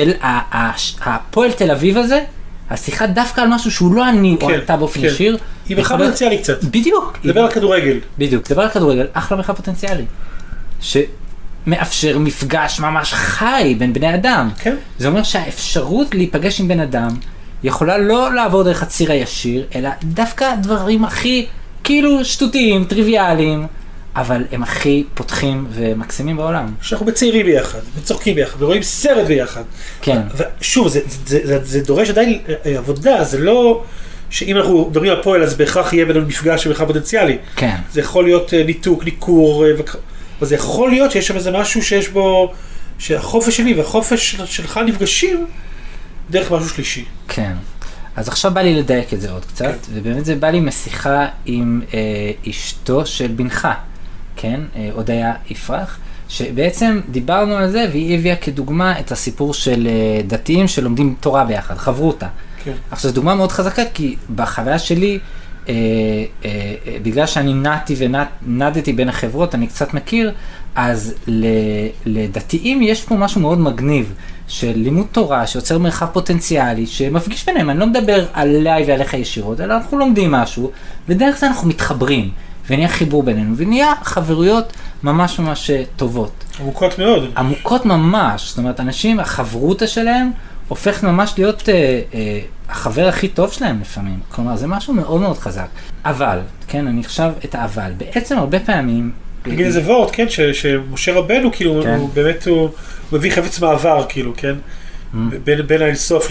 הפועל תל אביב הזה, השיחה דווקא על משהו שהוא לא אני או אתה באופן ישיר, היא מרחב פוטנציאלי קצת. בדיוק. דבר על כדורגל. בדיוק, דבר על כדורגל, אחלה מרחב פוטנציאלי. שמאפשר מפגש ממש חי בין בני אדם. כן. זה אומר שהאפשרות להיפגש עם בן אדם יכולה לא לעבור דרך הציר הישיר, אלא דווקא דברים הכי כאילו שטותיים, טריוויאליים, אבל הם הכי פותחים ומקסימים בעולם. שאנחנו בצעירים ביחד, וצוחקים ביחד, ורואים סרט ביחד. כן. ושוב, זה דורש עדיין עבודה, זה לא שאם אנחנו מדברים על פועל, אז בהכרח יהיה בינינו מפגש במרחב פוטנציאלי. כן. זה יכול להיות ניתוק, ניכור, אבל זה יכול להיות שיש שם איזה משהו שיש בו, שהחופש שלי והחופש שלך נפגשים דרך משהו שלישי. כן. אז עכשיו בא לי לדייק את זה עוד קצת, כן. ובאמת זה בא לי משיחה עם אשתו של בנך, כן? הודיה יפרח, שבעצם דיברנו על זה, והיא הביאה כדוגמה את הסיפור של דתיים שלומדים תורה ביחד, חברותה. כן. עכשיו זו דוגמה מאוד חזקה, כי בחוויה שלי, בגלל שאני נדתי בין החברות, אני קצת מכיר, אז לדתיים יש פה משהו מאוד מגניב, של לימוד תורה, שיוצר מרחב פוטנציאלי, שמפגיש ביניהם, אני לא מדבר עליי ועליך ישירות, אלא אנחנו לומדים משהו, ודרך זה אנחנו מתחברים, ונהיה חיבור בינינו, ונהיה חברויות ממש ממש טובות. עמוקות מאוד. עמוקות ממש, זאת אומרת, אנשים, החברותה שלהם, הופכת ממש להיות החבר הכי טוב שלהם לפעמים. כלומר, זה משהו מאוד מאוד חזק. אבל, כן, אני חושב את האבל. בעצם הרבה פעמים... נגיד איזה וורט, כן, שמשה רבנו, כאילו, כן. הוא באמת, הוא מביא חפץ מעבר, כאילו, כן? בין האינסוף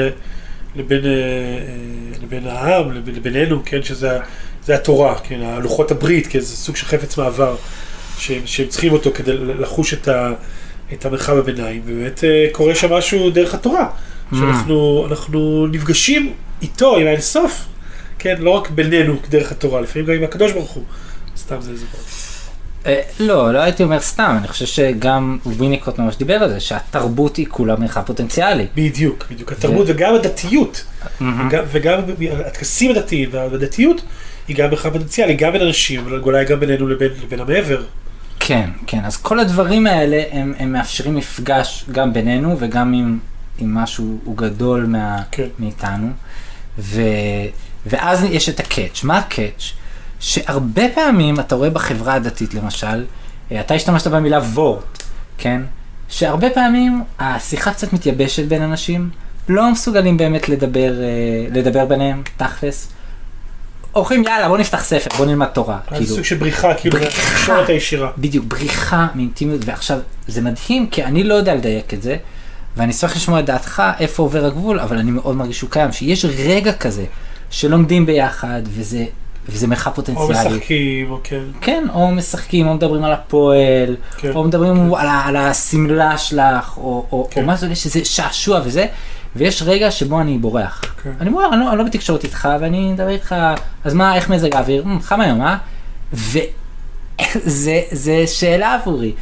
לבין העם, לבינינו, כן, שזה התורה, כן, הלוחות הברית, כן, זה סוג של חפץ מעבר, שהם צריכים אותו כדי לחוש את המרחב הביניים, ובאמת קורה שם משהו דרך התורה, שאנחנו נפגשים איתו, עם האינסוף, כן, לא רק בינינו דרך התורה, לפעמים גם עם הקדוש ברוך הוא, סתם זה לא הייתי אומר סתם, אני חושב שגם וויניקוט ממש דיבר על זה, שהתרבות היא כולה מרחב פוטנציאלי. בדיוק, התרבות וגם הדתיות, וגם הטקסים הדתיים והדתיות, היא גם מרחב פוטנציאלי, גם בין אנשים, אבל אולי גם בינינו לבין המעבר. כן, אז כל הדברים האלה הם מאפשרים מפגש גם בינינו וגם עם משהו הוא גדול מאיתנו. ואז יש את הקאץ'. מה הקאץ'? שהרבה פעמים אתה רואה בחברה הדתית למשל, אתה השתמשת במילה וורט, כן? שהרבה פעמים השיחה קצת מתייבשת בין אנשים, לא מסוגלים באמת לדבר ביניהם, תכלס. הולכים, יאללה, בוא נפתח ספר, בוא נלמד תורה. זה סוג של בריחה, כאילו, מהתקשורת הישירה. בדיוק, בריחה מאינטימיות, ועכשיו, זה מדהים, כי אני לא יודע לדייק את זה, ואני אשמח לשמוע את דעתך, איפה עובר הגבול, אבל אני מאוד מרגיש שהוא קיים, שיש רגע כזה, שלומדים ביחד, וזה מרחב פוטנציאלי. או משחקים, או כן. כן, או משחקים, או מדברים על הפועל, או מדברים על הסמלה שלך, או משהו, שזה שעשוע וזה, ויש רגע שבו אני בורח. אני בורח, אני לא בתקשורת איתך, ואני מדבר איתך, אז מה, איך מזג האוויר? חם היום, וזה שאלה עבורי.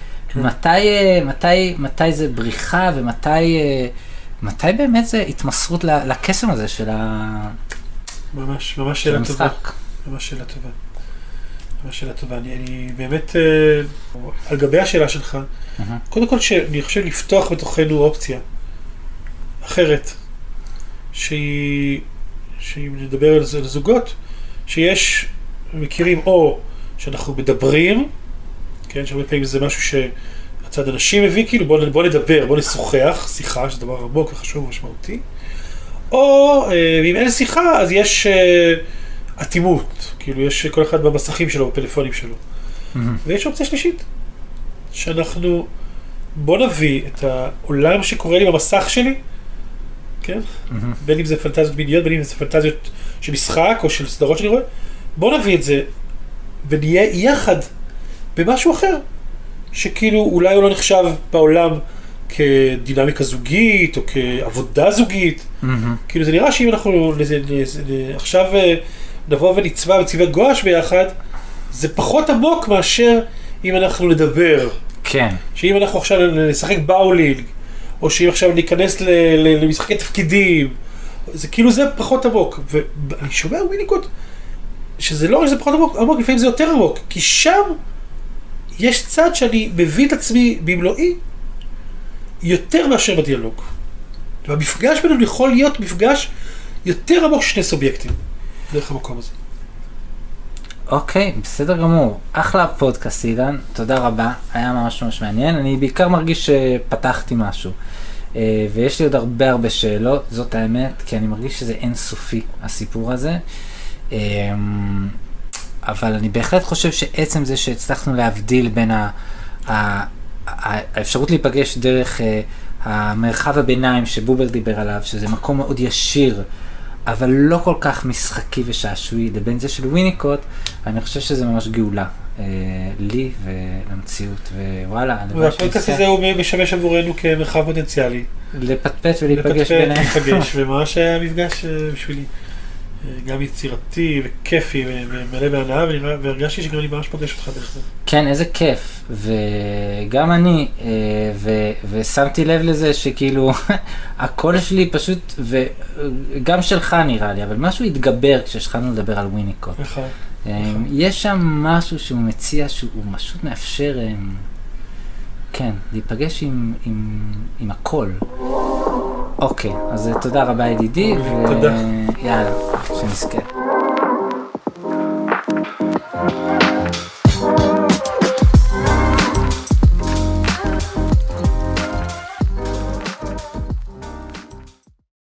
מתי זה בריחה, ומתי באמת זה התמסרות לקסם הזה של ממש שאלה טובה. ממש שאלה טובה. אני באמת, על גבי השאלה שלך, קודם כל שאני חושב לפתוח בתוכנו אופציה אחרת, שהיא נדבר על זוגות, שיש מכירים או שאנחנו מדברים, כן, שהרבה פעמים זה משהו שהצד אנשים מביא, כאילו בוא נדבר, בוא נשוחח, שיחה, שזה דבר עמוק וחשוב ומשמעותי, או אם אין שיחה, אז יש אטימות, כאילו יש כל אחד במסכים שלו, בפלאפונים שלו. ויש אופציה שלישית, שאנחנו, בוא נביא את העולם שקורה לי במסך שלי, כן? בין אם זה פנטזיות מיניות, בין אם זה פנטזיות של משחק או של סדרות שאני רואה, בוא נביא את זה ונהיה יחד במשהו אחר, שכאילו אולי הוא לא נחשב בעולם כדינמיקה זוגית או כעבודה זוגית. כאילו זה נראה שאם אנחנו עכשיו נבוא ונצבע בצבעי גואש ביחד, זה פחות עמוק מאשר אם אנחנו נדבר. כן. שאם אנחנו עכשיו נשחק באולינג, או שאם עכשיו ניכנס למשחקי תפקידים, זה כאילו זה פחות עמוק. ואני שומע וויניקוט, שזה לא רק שזה פחות עמוק, לפעמים זה יותר עמוק, כי שם יש צד שאני מביא את עצמי במלואי, יותר מאשר בדיאלוג. והמפגש בינינו יכול להיות מפגש יותר עמוק שני סובייקטים, דרך המקום הזה. אוקיי, בסדר גמור. אחלה פודקאסט, אילן. תודה רבה. היה ממש ממש מעניין. אני בעיקר מרגיש שפתחתי משהו. ויש לי עוד הרבה שאלות, זאת האמת, כי אני מרגיש שזה אינסופי, הסיפור הזה. אבל אני בהחלט חושב שעצם זה שהצלחנו להבדיל בין האפשרות להיפגש דרך המרחב הביניים שבובר דיבר עליו, שזה מקום מאוד ישיר, אבל לא כל כך משחקי ושעשועי, לבין זה של וויניקוט, אני חושב שזה ממש גאולה לי ולמציאות, ווואלה. והפודקאסט הזה הוא משמש עבורנו כמרחב פוטנציאלי. לפטפט ולהיפגש ביניהם. לפגש, וממש היה מפגש בשבילי גם יצירתי וכיפי ומלא בהנאה, והרגשתי שגם אני ממש פוגש אותך דרך זה. כן, איזה כיף, וגם אני, ושמתי לב לזה שכאילו הקול שלי פשוט, וגם שלך נראה לי, אבל משהו התגבר כשהתחלנו לדבר על וויניקוט. יש שם משהו שהוא מציע, שהוא פשוט מאפשר, כן, להיפגש עם הקול. אוקיי, אז תודה רבה ידידי, תודה. ויאללה, שנזכה.